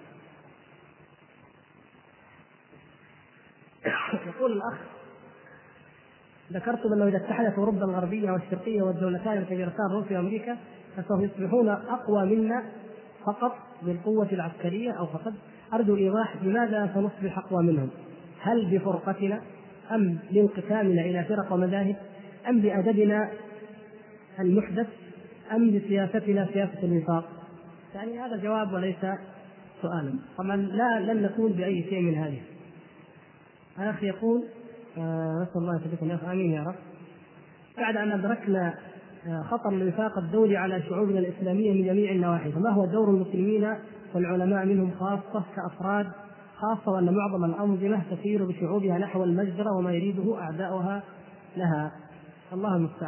يقول الأخ: ذكرتم أنه إذا اتحدت أوروبا الغربية والشرقية والدولتان الكبيرتان روسيا وأمريكا فسوف يصبحون أقوى منا فقط بالقوة العسكرية أو فقط. أرجو الإيضاح، لماذا سنصبح أقوى منهم؟ هل بفرقتنا أم بانقسامنا إلى فرق ومذاهب أم بأدبنا المحدث أم بسياستنا سياسة الوفاق؟ يعني هذا جواب وليس سؤالا. طبعا لا لن نكون بأي شيء من هذه. أخي يقول آه نسأل الله يثبتنا يا أخي، آمين يا رب. بعد أن أدركنا آه خطر الوفاق الدولي على شعوبنا الإسلامية من جميع النواحي، فما هو دور المسلمين والعلماء منهم خاصة كأفراد، خاصة وأن معظم الأنظمة تسير بشعوبها نحو المجزرة وما يريده أعداؤها لها؟ الله المستعان.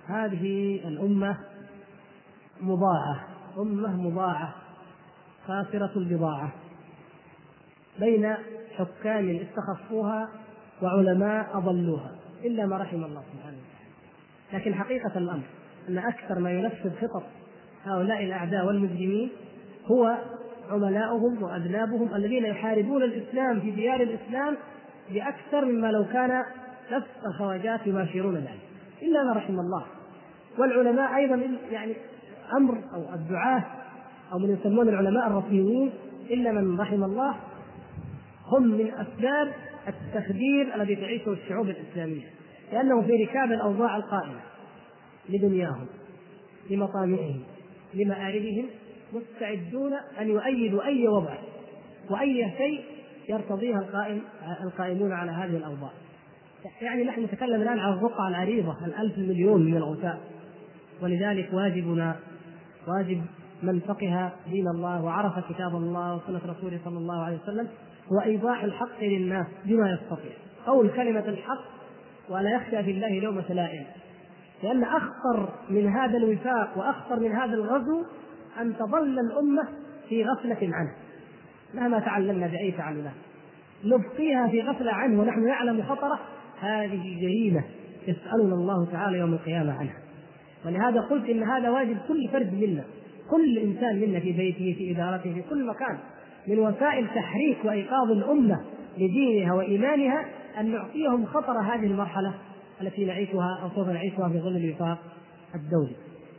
هذه الأمة مضاعة، أمة مضاعة خاسرة البضاعة، بين حكام استخفوها وعلماء أضلوها إلا ما رحم الله سبحانه وتعالى. لكن حقيقة الأمر أن أكثر ما ينفذ خطط هؤلاء الأعداء والمجرمين هو عملاؤهم وأذنابهم الذين يحاربون الإسلام في ديار الإسلام بأكثر مما لو كان نفس الخواجات يباشرون ذلك إلا ما رحم الله. والعلماء أيضا يعني أمر أو الدعاة أو من يسمون العلماء الرسميين إلا من رحم الله هم من أسباب التخدير الذي تعيشه الشعوب الإسلامية، لأنه في ركاب الأوضاع القائمة لدنياهم لمطامعهم لمآربهم مستعدون أن يؤيدوا أي وضع وأي شيء يرتضيها القائم القائمون على هذه الأوضاع. يعني نحن نتكلم الآن عن الرقعة العريضة الألف مليون من الغثاء، ولذلك واجبنا واجب من فقه دين الله وعرف كتاب الله وسنة رسوله صلى الله عليه وسلم هو إيضاح الحق للناس بما يستطيع، قول كلمة الحق ولا يخشى في الله لومة لائم، لأن أخطر من هذا الوفاق وأخطر من هذا الغزو أن تظل الأمة في غفلة عنه مهما تعلمنا بأي تعلمات، نبقيها في غفلة عنه ونحن نعلم خطره. هذه جريمة يسألنا الله تعالى يوم القيامة عنها. ولهذا قلت إن هذا واجب كل فرد منا، كل إنسان منا في بيته في إدارته في كل مكان، من وسائل تحريك وإيقاظ الأمة لدينها وإيمانها أن نعطيهم خطر هذه المرحلة التي نعيشها أو سوف نعيشها في ظل الوفاق الدولي.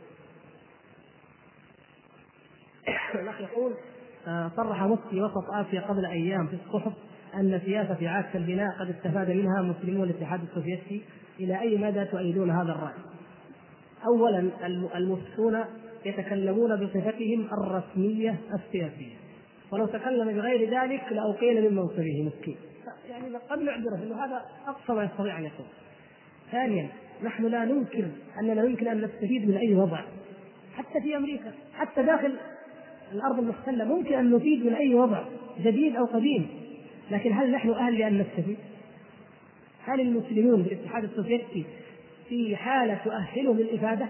الأخ يقول صرح مفتي وسط آسيا قبل أيام في الصحف أن سياسة إعادة البناء قد استفاد منها مسلمو الاتحاد السوفيتي، إلى أي مدى تؤيدون هذا الرأي؟ أولا المفتون يتكلمون بصفتهم الرسمية السياسية، ولو تكلم بغير ذلك لأقيل من منصبه مسكين، يعني قد نعذره أنه هذا أقصى ما يستطيع أن يكون. ثانيا نحن لا ننكر أننا يمكن أن نستفيد من أي وضع، حتى في أمريكا حتى داخل الأرض المحتلة ممكن أن نفيد من أي وضع جديد أو قديم، لكن هل نحن أهل لأن نستفيد؟ هل المسلمون في الاتحاد السوفيتي في حالة تؤهلهم للإفادة؟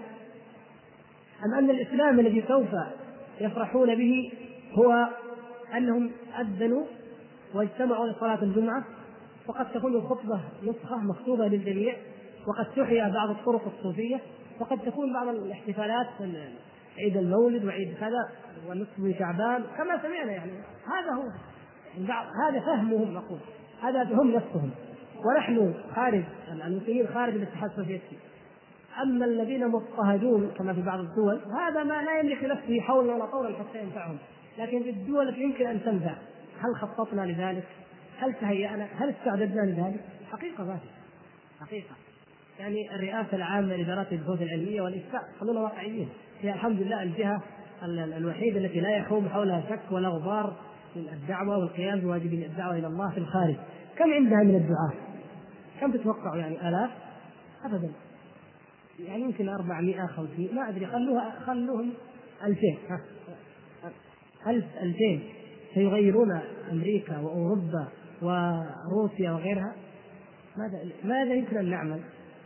أم أن الإسلام الذي سوف يفرحون به هو أنهم أذنوا واجتمعوا لصلاة الجمعة، وقد تكون الخطبة نسخة مكتوبة للجميع، وقد تحيا بعض الطرق الصوفية، وقد تكون بعض الاحتفالات عيد المولد وعيد كذا ونصف من شعبان كما سمعنا. يعني هذا هو هذا فهمهم، نقول هذا هم نفسهم، ونحن خارج المسلمين خارج الاتحاد السوفيتي. أما الذين مضطهدون كما في بعض الدول هذا ما لا يملك نفسه حولا ولا طولا حتى ينفعهم، لكن في الدول التي يمكن أن تنفع هل خططنا لذلك؟ هل تهيأنا؟ هل استعددنا لذلك؟ حقيقة ذاتي حقيقة. يعني الرئاسة العامة لإدارات البحوث العلمية والإفتاء خلونا واقعيين، هي الحمد لله الجهة الوحيدة التي لا يحوم حولها شك ولا غبار من الدعوة والقيام بواجب الدعوة إلى الله في الخارج. كم عندها من الدعاة؟ كم تتوقعوا؟ يعني آلاف؟ أبدا، يعني يمكن أربعمائة خمسمائة ما أدري، خلوها خلوهم ألفين ألف ألفين سيغيرون أمريكا وأوروبا وروسيا وغيرها. ماذا ماذا يمكن أن نعمل؟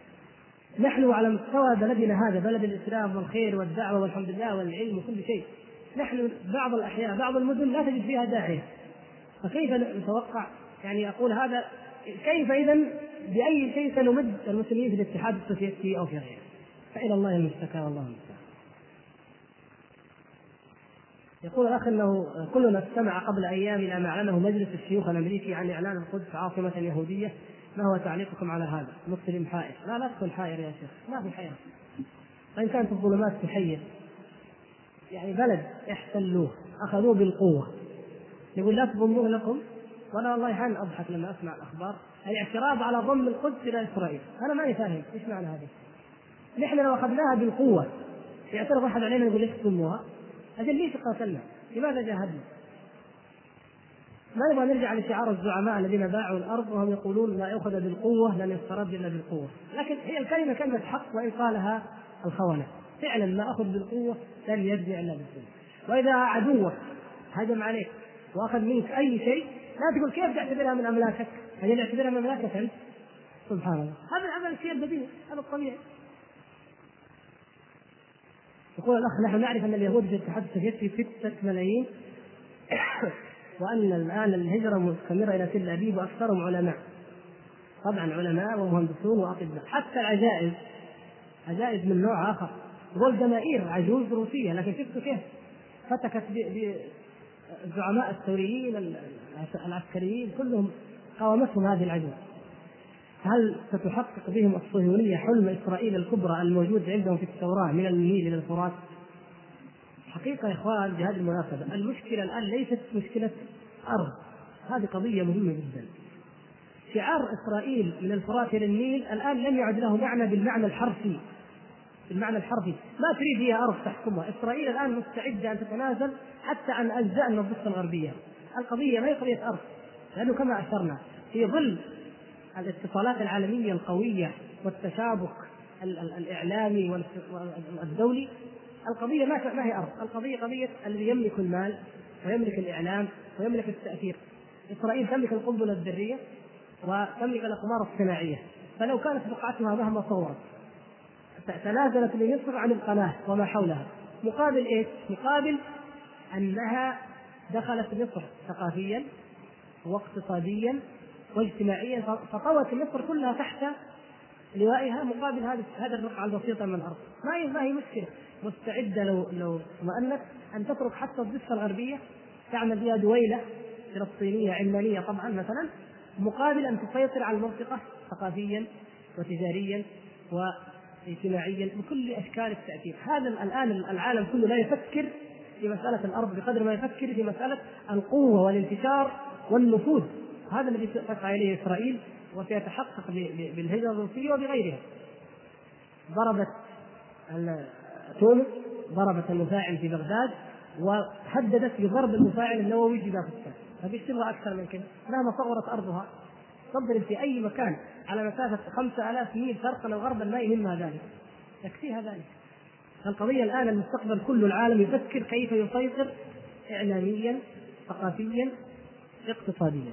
نحن على مستوى بلدنا هذا بلد الإسلام والخير والدعوة والحمد لله والعلم وكل شيء، نحن بعض الأحياء بعض المدن لا تجد فيها داعية، فكيف نتوقع؟ يعني أقول هذا كيف إذن بأي شيء سنمد المسلمين في الاتحاد السوفيتي أو في غيره؟ فإلى الله المشتكى والله المستعان. يقول الأخ أنه كلنا استمع قبل أيام إلى ما أعلنه مجلس الشيوخ الأمريكي عن إعلان القدس عاصمة يهودية، ما هو تعليقكم على هذا؟ مسلم حائر. لا لا تكون حائر يا شيخ، ما في حيرة، وإن كانت الظلمات تحير. يعني بلد احتلوه أخذوه بالقوة، يقول لا تضموه لكم. وأنا والله حان أضحك لما أسمع الأخبار الاعتراض على ضم القدس إلى إسرائيل. أنا ما يفهم إيش معنى هذه. نحن لو أخذناها بالقوة يعترض أحد علينا يقول ليش تضموها؟ أجل ليش قاتلنا؟ لماذا جاهدنا؟ ما نبغى نرجع لشعار الزعماء الذين باعوا الأرض وهم يقولون لا يأخذ بالقوة لن يسترد إلا بالقوة، لكن هي الكلمة كلمة حق وإن قالها الخونة. فعلا ما أخذ بالقوة لن يرجع إلا بالقوة. وإذا عدوك هجم عليك وأخذ منك أي شيء لا تقول كيف تعتبرها من أملاكك، هل تعتبرها من أملاكك أنت؟ سبحان الله، هذا هذا الشيء البديهي، هذا الطبيعي. يقول الأخ نحن نعرف أن اليهود في الاتحاد السوفيتي ستة ملايين وأن الآن الهجرة مستمرة إلى تل أبيب وأكثرهم علماء. طبعا علماء ومهندسون وأطباء. حتى العجائز عجائز من نوع آخر، والجماهير عجوز روسية، لكن شفتوا كيف فتكت بالزعماء الثوريين العسكريين كلهم قاومتهم هذه العجوز. هل ستحقق بهم الصهيونية حلم إسرائيل الكبرى الموجود عندهم في التوراة من النيل إلى الفرات؟ حقيقة يا إخوان بهذه المناسبة المشكلة الآن ليست مشكلة أرض، هذه قضية مهمة جدا. شعار إسرائيل من الفرات إلى النيل الآن لم يعد له معنى بالمعنى الحرفي. بالمعنى الحرفي ما تريد هي أرض تحكمها. إسرائيل الآن مستعدة أن تتنازل حتى عن أجزاء من الضفة الغربية. القضية ما هي قضية أرض، لأنه كما أشرنا في ظل الاتصالات العالمية القوية والتشابك الإعلامي والدولي، القضية ما هي أرض، القضية قضية الذي يملك المال ويملك الإعلام ويملك التأثير. إسرائيل تملك القنبلة الذرية وتملك الأقمار الصناعية، فلو كانت بقعتها مهما صورت تنازلت لمصر عن القناة وما حولها مقابل إيه؟ مقابل أنها دخلت مصر ثقافيا واقتصاديا واجتماعيا، فطوت مصر كلها تحت لوائها مقابل هذه هذا الرقعة البسيطة من الأرض. ما هي ما هي مشكلة، مستعدة لو لو اطمأنت أن تترك حتى الضفة الغربية تعمل فيها دويلة فلسطينية علمانية طبعا مثلا، مقابل أن تسيطر على المنطقة ثقافيا وتجاريا واجتماعيا بكل أشكال التأثير. هذا الآن العالم كله لا يفكر في مسألة الأرض بقدر ما يفكر في مسألة القوة والانتشار والنفوذ. هذا الذي تسعى إليه إسرائيل وسيتحقق بالهجرة الروسية وبغيرها. ضربت تونس، ضربت المفاعل في بغداد، وهددت بضرب المفاعل النووي في باكستان. ففي تبغى أكثر من كذا؟ مهما صغرت أرضها تضرب في أي مكان على مسافة خمسة آلاف ميل شرقا أو غربا ما يهمها ذلك، يكفيها ذلك. القضية الآن المستقبل كل العالم يفكر كيف يسيطر إعلاميا ثقافيا اقتصاديا.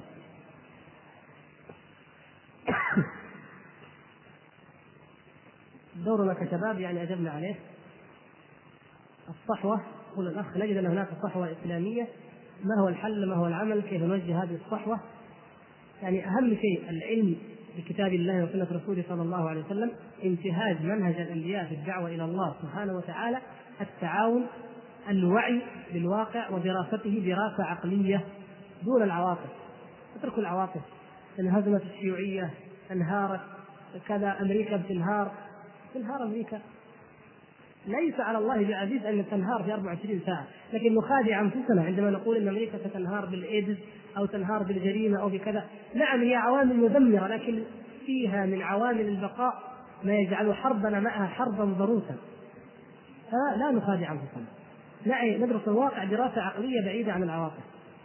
دورنا كشباب يعني أجبنا عليه. الصحوة، يقول الأخ نجد أن هناك صحوة إسلامية، ما هو الحل؟ ما هو العمل؟ كيف نوجه هذه الصحوة؟ يعني أهم شيء العلم بكتاب الله وسنة رسوله صلى الله عليه وسلم، انتهاج منهج الأنبياء في الدعوة إلى الله سبحانه وتعالى، التعاون، الوعي بالواقع ودراسته دراسة عقلية دون العواطف. اتركوا العواطف، انهزمت الشيوعية، انهارت كذا، أمريكا بتنهار، تنهار أمريكا، ليس على الله بعزيز أن تنهار في أربع وعشرين ساعة، لكن نخادع أنفسنا عندما نقول أن أمريكا ستنهار بالإيدز أو تنهار بالجريمة أو بكذا. نعم هي عوامل مدمرة، لكن فيها من عوامل البقاء ما يجعل حربنا معها حربا ضروسا. فلا نخادع أنفسنا، نعم ندرس الواقع دراسة عقلية بعيدة عن العواطف.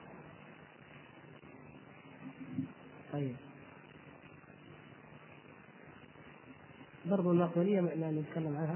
طيب برضو المقولية ما نتكلم عنها.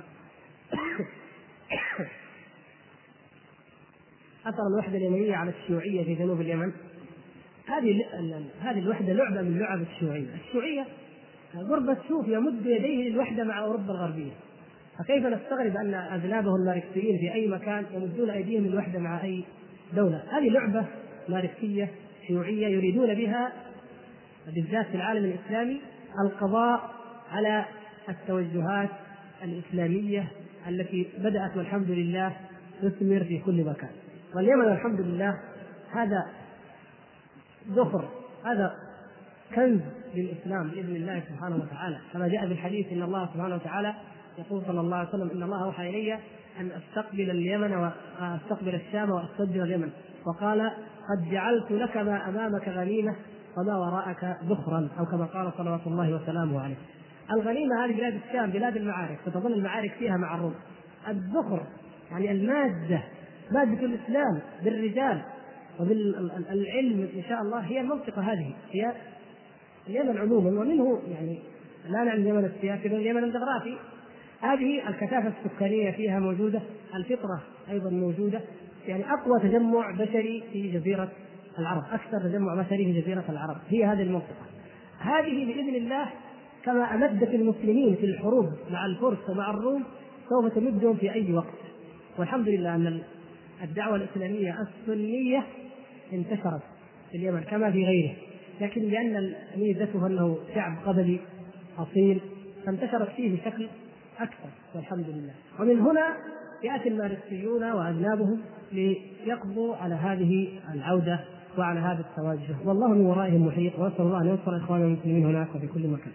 أثر الوحدة اليمنية على الشيوعية في جنوب اليمن. هذه هذه الوحدة لعبة من لعب الشيوعية. الشيوعية قرب السوف يمد يديه للوحدة مع أوروبا الغربية، فكيف نستغرب أن أذنابه الماركسيين في أي مكان يمدون أيديهم للوحدة مع أي دولة؟ هذه لعبة ماركسية شيوعية يريدون بها بالذات في العالم الإسلامي القضاء على التوجهات الإسلامية التي بدأت والحمد لله تثمر في كل مكان. واليمن الحمد لله هذا ذخر، هذا كنز للإسلام بإذن الله سبحانه وتعالى، كما جاء في الحديث إن الله سبحانه وتعالى يقول صلى الله عليه وسلم إن الله أوحى إلي أن أستقبل اليمن وأستقبل الشام وأستدبر اليمن، وقال قد جعلت لك ما أمامك غنيمة وما وراءك ذخرا، أو كما قال صلوات الله وسلامه عليه. الغنيمة هذه بلاد الشام بلاد المعارك، ستظل المعارك فيها مع الروم. الذخر يعني المادة، مادة الإسلام بالرجال وبالعلم إن شاء الله هي المنطقة هذه، هي اليمن عموما، ومنه يعني لا نعني اليمن السياسي بل اليمن الجغرافي. هذه الكثافة السكانية فيها موجودة، الفطرة أيضا موجودة، يعني أقوى تجمع بشري في جزيرة العرب، أكثر تجمع بشري في جزيرة العرب هي هذه المنطقة. هذه بإذن الله كما أمدت المسلمين في الحروب مع الفرس ومع الروم سوف تمدهم في أي وقت، والحمد لله أن الدعوة الإسلامية السنية انتشرت في اليمن كما في غيره، لكن لأن ميزته أنه شعب قبلي أصيل فانتشرت فيه بشكل أكثر والحمد لله. ومن هنا يأتي الماركسيون وأذنابهم ليقضوا على هذه العودة وعلى هذا التوجه، والله من ورائهم محيط، وأسأل الله أن ينصر إخواننا المسلمين هناك وفي كل مكان.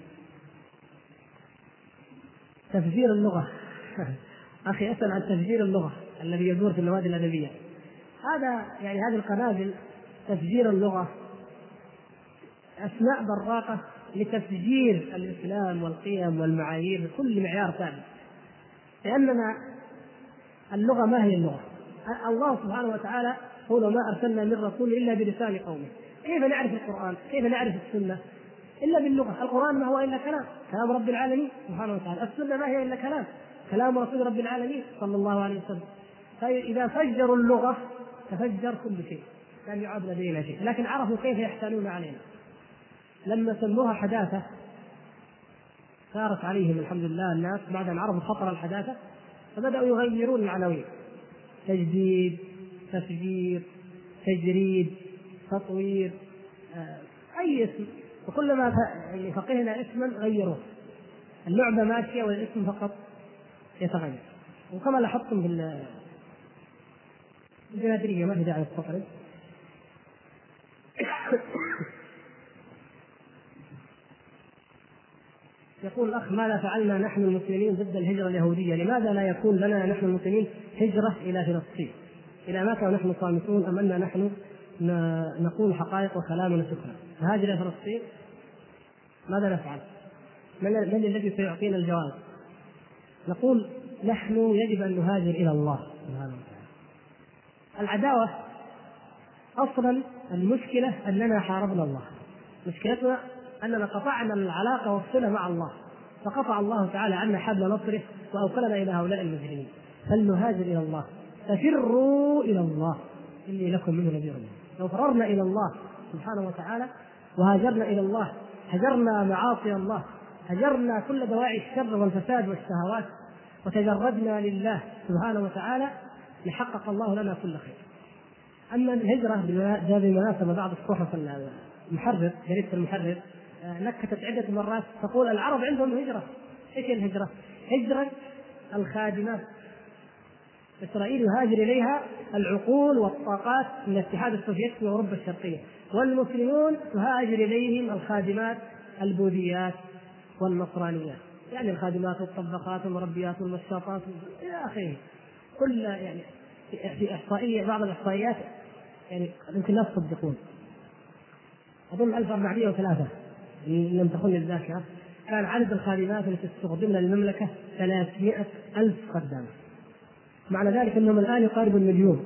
تفجير اللغة أخي أسأل عن تفجير اللغة الذي يدور في النوادي الأدبية. هذا يعني هذه القنابل تفجير اللغة أسماء براقة لتفجير الإسلام والقيم والمعايير بكل معيار ثاني، لأننا اللغة ما هي اللغة؟ الله سبحانه وتعالى يقول ما أرسلنا من رسول إلا بلسان قومه. كيف نعرف القرآن؟ كيف نعرف السنة؟ إلا باللغة. القرآن ما هو إلا كلام كلام رب العالمين سبحانه وتعالى، السنة ما هي إلا كلام كلام رسول رب العالمين صلى الله عليه وسلم. فإذا فجروا اللغة تفجر كل شيء، كان يعاد لدينا شيء، لكن عرفوا كيف يحتالون علينا. لما سموها حداثة صارت عليهم الحمد لله الناس بعد أن عرفوا خطر الحداثة فبدأوا يغيرون العناوين: تجديد، تفجير، تجريد، تطوير، أي اسم، وكلما فقهنا اسما غيروه. اللعبة ماشية والاسم فقط يتغير. وكما لاحظتم بالجنادرية ما في داعي للتطريق. يقول الأخ: ماذا فعلنا نحن المسلمين ضد الهجرة اليهودية؟ لماذا لا يكون لنا نحن المسلمين هجرة إلى فلسطين؟ إلى متى ونحن صامتون أم أننا نحن نقول حقائق وكلامنا سكرا؟ نهاجر إلى فلسطين؟ ماذا نفعل؟ من, من الذي سيعطينا الجواب؟ نقول نحن يجب أن نهاجر إلى الله سبحانه وتعالى. العداوة أصلا المشكلة أننا حاربنا الله، مشكلتنا أننا قطعنا العلاقة والصلة مع الله، فقطع الله تعالى عنا حبل نصره وأوكلنا إلى هؤلاء المجرمين. فلنهاجر إلى الله، ففروا إلى الله إني لكم منه نذير. لو فررنا إلى الله سبحانه وتعالى وهاجرنا إلى الله، هجرنا معاصي الله، هجرنا كل دواعي الشر والفساد والشهوات، وتجردنا لله سبحانه وتعالى، لحقق الله لنا كل خير. أما الهجرة جاء بالمناسبة بعض الصحف المحرر جريدة المحرر نكتت عدة مرات تقول العرب عندهم هجرة. ايش الهجرة؟ هجرة الخادمات. إسرائيل يهاجر إليها العقول والطاقات من الاتحاد السوفيتي وأوروبا الشرقية، والمسلمون تهاجر إليهم الخادمات البوذيات والنصرانيات، يعني الخادمات والطباخات والمربيات والمشاطات إلى آخره. كل يعني في إحصائية بعض الإحصائيات يعني يمكن لا تصدقون، أظن ألف وأربعمائة وثلاثة إن لم تخن الذاكرة، كان عدد الخادمات التي تستخدمنا للمملكة ثلاثمائة ألف خدامة. معنى ذلك أنهم الآن يقارب المليون،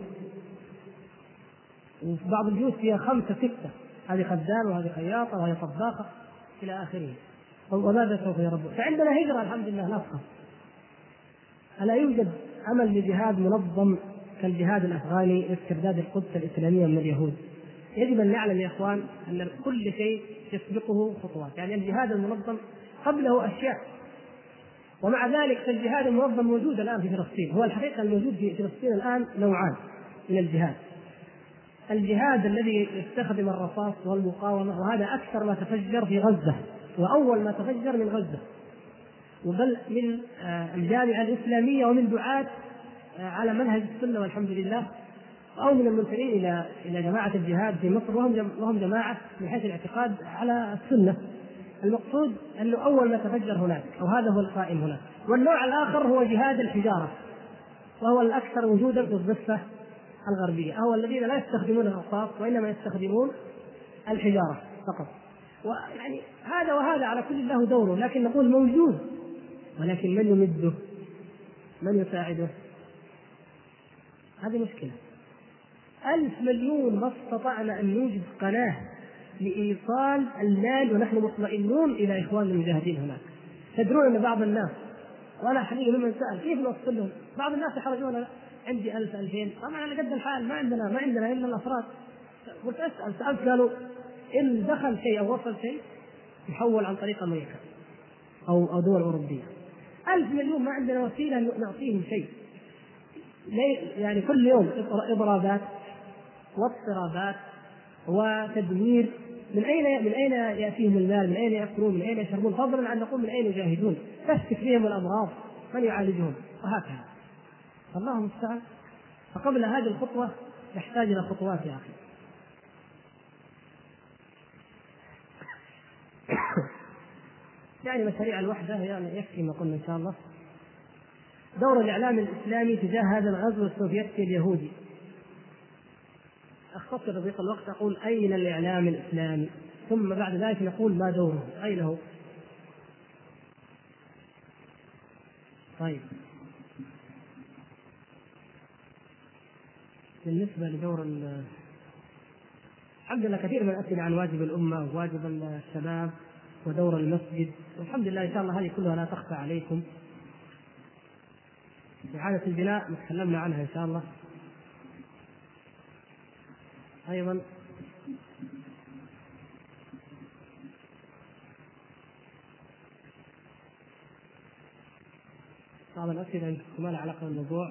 وفي بعض البيوت فيها خمسة ستة، هذه خدامة وهذه خياطة وهذه طباخة إلى آخره. وماذا سوف يربون؟ فعندنا هجرة الحمد لله نفخة. ألا يوجد عمل لجهاد منظم كالجهاد الأفغاني لاسترداد القدس الإسلامية من اليهود؟ يجب أن نعلم يا إخوان أن كل شيء يسبقه خطوات، يعني الجهاد المنظم قبله أشياء، ومع ذلك فالجهاد المنظم موجود الآن في فلسطين. هو الحقيقة الموجود في فلسطين الآن نوعان من الجهاد: الجهاد الذي يستخدم الرصاص والمقاومة، وهذا أكثر ما تفجر في غزة، وأول ما تفجر من غزة، وبل من الجامعة الإسلامية ومن دعاة على منهج السنة والحمد لله، أو من المنتمين إلى إلى جماعة الجهاد في مصر، وهم وهم جماعة من حيث الاعتقاد على السنة. المقصود أنه أول ما تفجر هناك، أو هذا هو القائم هناك. والنوع الآخر هو جهاد الحجارة، وهو الأكثر وجودا في الضفة الغربية، أو الذين لا يستخدمون الرصاص وإنما يستخدمون الحجارة فقط. ويعني هذا وهذا على كل له دوره، لكن نقول موجود، ولكن من يمده؟ من يساعده؟ هذه مشكلة. ألف مليون ما استطعنا أن نوجد قناة لإيصال المال ونحن مطمئنون إلى إخوان المجاهدين هناك. تدرون أن بعض الناس، وأنا حقيقة ممن سأل كيف نوصل لهم، بعض الناس يحرجون عندي ألف ألفين، طبعا على قد الحال، ما عندنا ما عندنا إلا الأفراد. قلت أسأل سألت قالوا إن دخل شيء أو وصل شيء يحول عن طريق أمريكا أو أو دول أوروبية. ألف مليون ما عندنا وسيلة نعطيهم شيء. يعني كل يوم إضرابات واضطرابات وتدمير. من أين من أين يأتيهم المال؟ من أين يأكلون؟ من أين يشربون؟ فضلا عن نقول من أين يجاهدون؟ تفتك بهم الأمراض، من يعالجهم؟ وهكذا. الله المستعان. فقبل هذه الخطوة يحتاج إلى خطوات يا أخي. يعني مشاريع الوحدة يعني يكفي ما قلنا إن شاء الله. دور الإعلام الإسلامي تجاه هذا الغزو السوفيتي اليهودي. أختصر ضيق الوقت أقول أين الإعلام الإسلامي، ثم بعد ذلك نقول ما دوره، أين هو. طيب، بالنسبة لدور الحمد لله كثير من الأسئلة عن واجب الأمة وواجب الشباب ودور المسجد، والحمد لله إن شاء الله هذه كلها لا تخفى عليكم. إعادة البناء تكلمنا عنها إن شاء الله. أيضا بعض الأسئلة ما لها علاقة بالموضوع.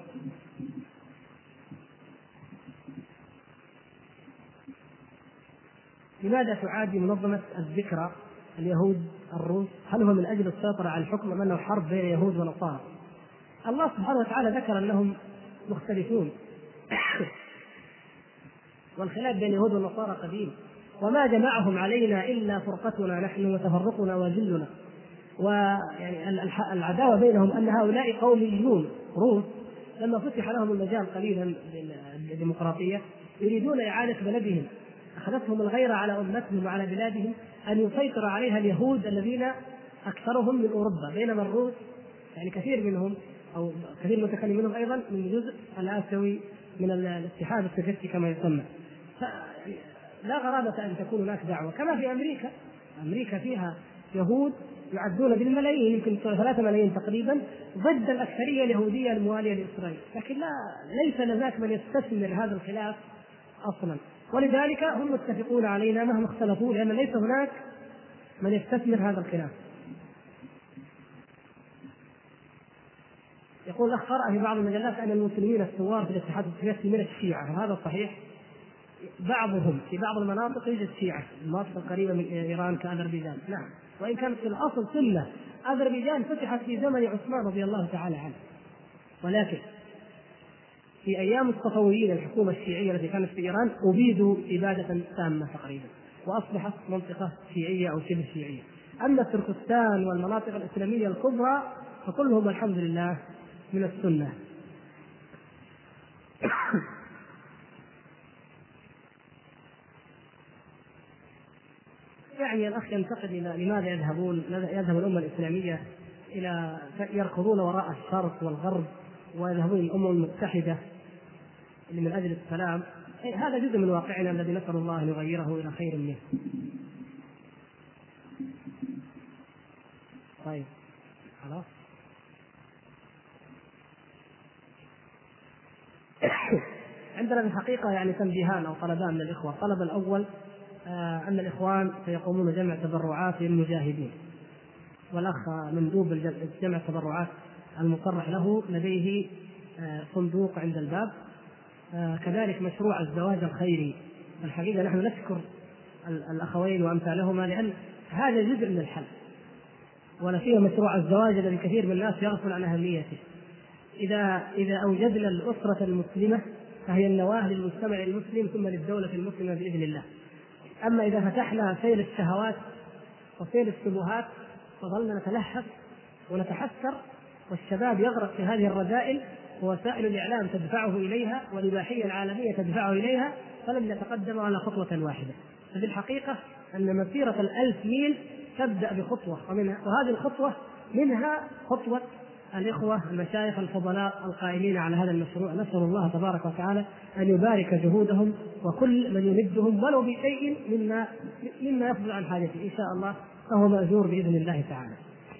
لماذا تعادي منظمة الذكرى اليهود الروس؟ هل هو من أجل السيطرة على الحكم أم أنه حرب بين يهود ونصارى؟ الله سبحانه وتعالى ذكر أنهم مختلفون والخلاف بين اليهود والنصارى قديم، وما جمعهم علينا إلا فرقتنا نحن وتفرقنا وذلنا. ويعني العداوة بينهم أن هؤلاء قوميون روس لما فتح لهم المجال قليلا للديمقراطية يريدون إعادة بلدهم، أخذتهم الغيرة على أمتهم وعلى بلادهم أن يسيطر عليها اليهود الذين أكثرهم من أوروبا، بينما الروس يعني كثير منهم أو كثير متكلم منهم أيضا من جزء الآسيوي من الاتحاد السوفيتي كما يسمى. لا غرابة أن تكون هناك دعوة كما في أمريكا. أمريكا فيها يهود يعدون بالملايين، يمكن ثلاثة ملايين تقريبا، ضد الأكثرية اليهودية الموالية لإسرائيل، لكن لا ليس لذاك من يستثمر هذا الخلاف أصلا، ولذلك هم متفقون علينا مهما اختلفوا، لأن ليس هناك من يستثمر هذا الخلاف. يقول الأخ قرأ في بعض المجلات أن المسلمين الثوار في الاتحاد السوفيتي من الشيعة، وهذا صحيح. بعضهم في بعض المناطق يوجد شيعة، المناطق القريبة من إيران كأذربيجان، نعم، وإن كانت في الأصل سنة. أذربيجان فتحت في زمن عثمان رضي الله تعالى عنه، ولكن في أيام الصفويين الحكومة الشيعية التي كانت في إيران أبيدوا إبادة تامة تقريبا، وأصبحت منطقة شيعية أو شبه شيعية. أما تركستان والمناطق الإسلامية الكبرى فكلهم الحمد لله من السنة. يعني الأخ ينتقد إلى لماذا يذهبون يذهب الأمة الإسلامية إلى يركضون وراء الشرق والغرب ويذهبون الأمم المتحدة اللي من أجل السلام. هذا جزء من واقعنا الذي نسأل الله أن يغيره إلى خير منه. طيب خلاص. عندنا في الحقيقة يعني تنبيهان أو طلبان من الإخوة. الطلب الأول آه أن الإخوان سيقومون جمع تبرعات للمجاهدين، والأخ مندوب جمع التبرعات المصرح له لديه آه صندوق عند الباب. آه كذلك مشروع الزواج الخيري، الحقيقة نحن نشكر الأخوين وأمثالهما لأن هذا جزء من الحل، ولا فيه مشروع الزواج الذي كثير من الناس يغفل عن أهميته. إذا إذا أوجدنا الأسرة المسلمة فهي النواة للمجتمع المسلم ثم للدولة المسلمة بإذن الله. أما إذا فتحنا سيل الشهوات وسيل الشبهات فظلنا نتلهف ونتحسر، والشباب يغرق في هذه الرذائل، ووسائل الإعلام تدفعه إليها والإباحية العالمية تدفعه إليها، فلم يتقدم على خطوة واحدة. ففي الحقيقة أن مسيرة الألف ميل تبدأ بخطوة، ومنها وهذه الخطوة منها خطوة الإخوة المشايخ الفضلاء القائمين على هذا المشروع. نسأل الله تبارك وتعالى أن يبارك جهودهم وكل من يمدهم ولو بشيء مما مما يفضل عن حاجته إن شاء الله فهو مأجور بإذن الله تعالى.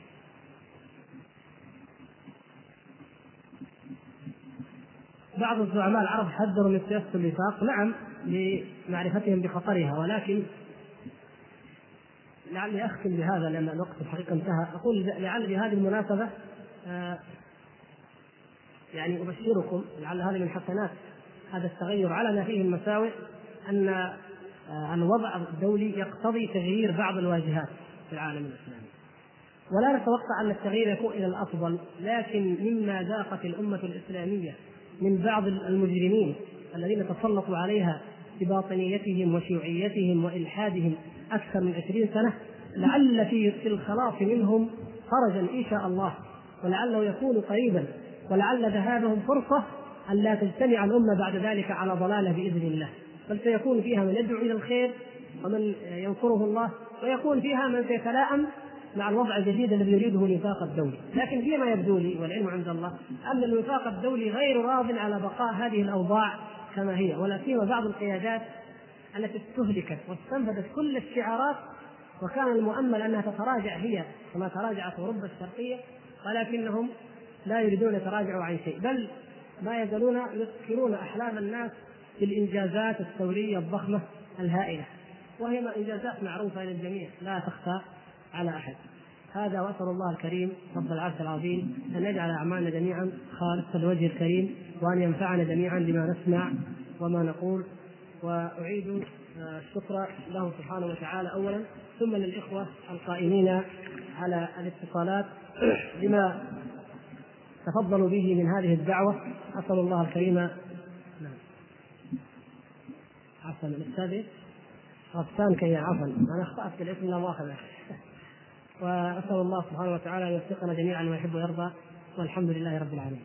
بعض الزعماء العرب حذروا من سياسة الوفاق، نعم لمعرفتهم بخطرها، ولكن لعلي أختم بهذا لأن الوقت الحقيقة انتهى. أقول لعل بهذه المناسبة يعني أبشركم لعل هذا من حسنات هذا التغير على ما فيه المساوئ أن الوضع الدولي يقتضي تغيير بعض الواجهات في العالم الإسلامي، ولا نتوقع أن التغيير يكون إلى الأفضل، لكن مما ذاقت الأمة الإسلامية من بعض المجرمين الذين تسلطوا عليها بباطنيتهم وشيوعيتهم وإلحادهم أكثر من عشرين سنة، لعل في الخلاص منهم فرجا إن شاء الله، ولعله يكون قريبا، ولعل ذهابهم فرصة أن لا تجتمع الأمة بعد ذلك على ضلالة بإذن الله، بل سيكون فيها من يدعو إلى الخير ومن ينصره الله، ويكون فيها من سيتلائم مع الوضع الجديد الذي يريده الوفاق الدولي. لكن فيما يبدو لي والعلم عند الله أن الوفاق الدولي غير راض على بقاء هذه الأوضاع كما هي، ولا سيما بعض القيادات التي استهلكت واستنفذت كل الشعارات، وكان المؤمل أنها تتراجع هي كما تراجعت أوروبا الشرقية، ولكنهم لا يريدون يتراجعوا عن شيء، بل ما يزالون يذكرون أحلام الناس بالإنجازات الثورية الضخمة الهائلة، وهي إنجازات معروفة للجميع لا تخفى على أحد. هذا وأسأل الله الكريم رب العرش العظيم أن يجعل أعمالنا جميعا خالصة لوجه الكريم، وأن ينفعنا جميعا بما نسمع وما نقول. وأعيد الشكر له سبحانه وتعالى أولا، ثم للإخوة القائمين على الاتصالات بما تفضلوا به من هذه الدعوة. أسأل الله الكريم نعم عفوا الأستاذ غسان كي عفوا أنا أخطأت في الاسم لا مؤاخذة. وأسأل الله سبحانه وتعالى أن يوفقنا جميعا ويحب ويرضى، والحمد لله رب العالمين.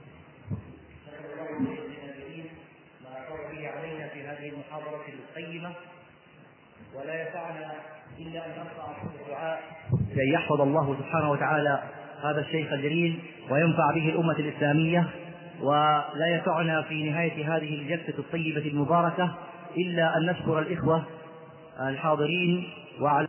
ما أشار به علينا في هذه المحاضرة القيمة، ولا يسعنا إلا أن نرفع الدعاء لأن يحفظ الله سبحانه وتعالى هذا الشيخ الجليل وينفع به الأمة الإسلامية. ولا يسعنا في نهاية هذه الجلسة الطيبة المباركة إلا أن نشكر الإخوة الحاضرين وعلى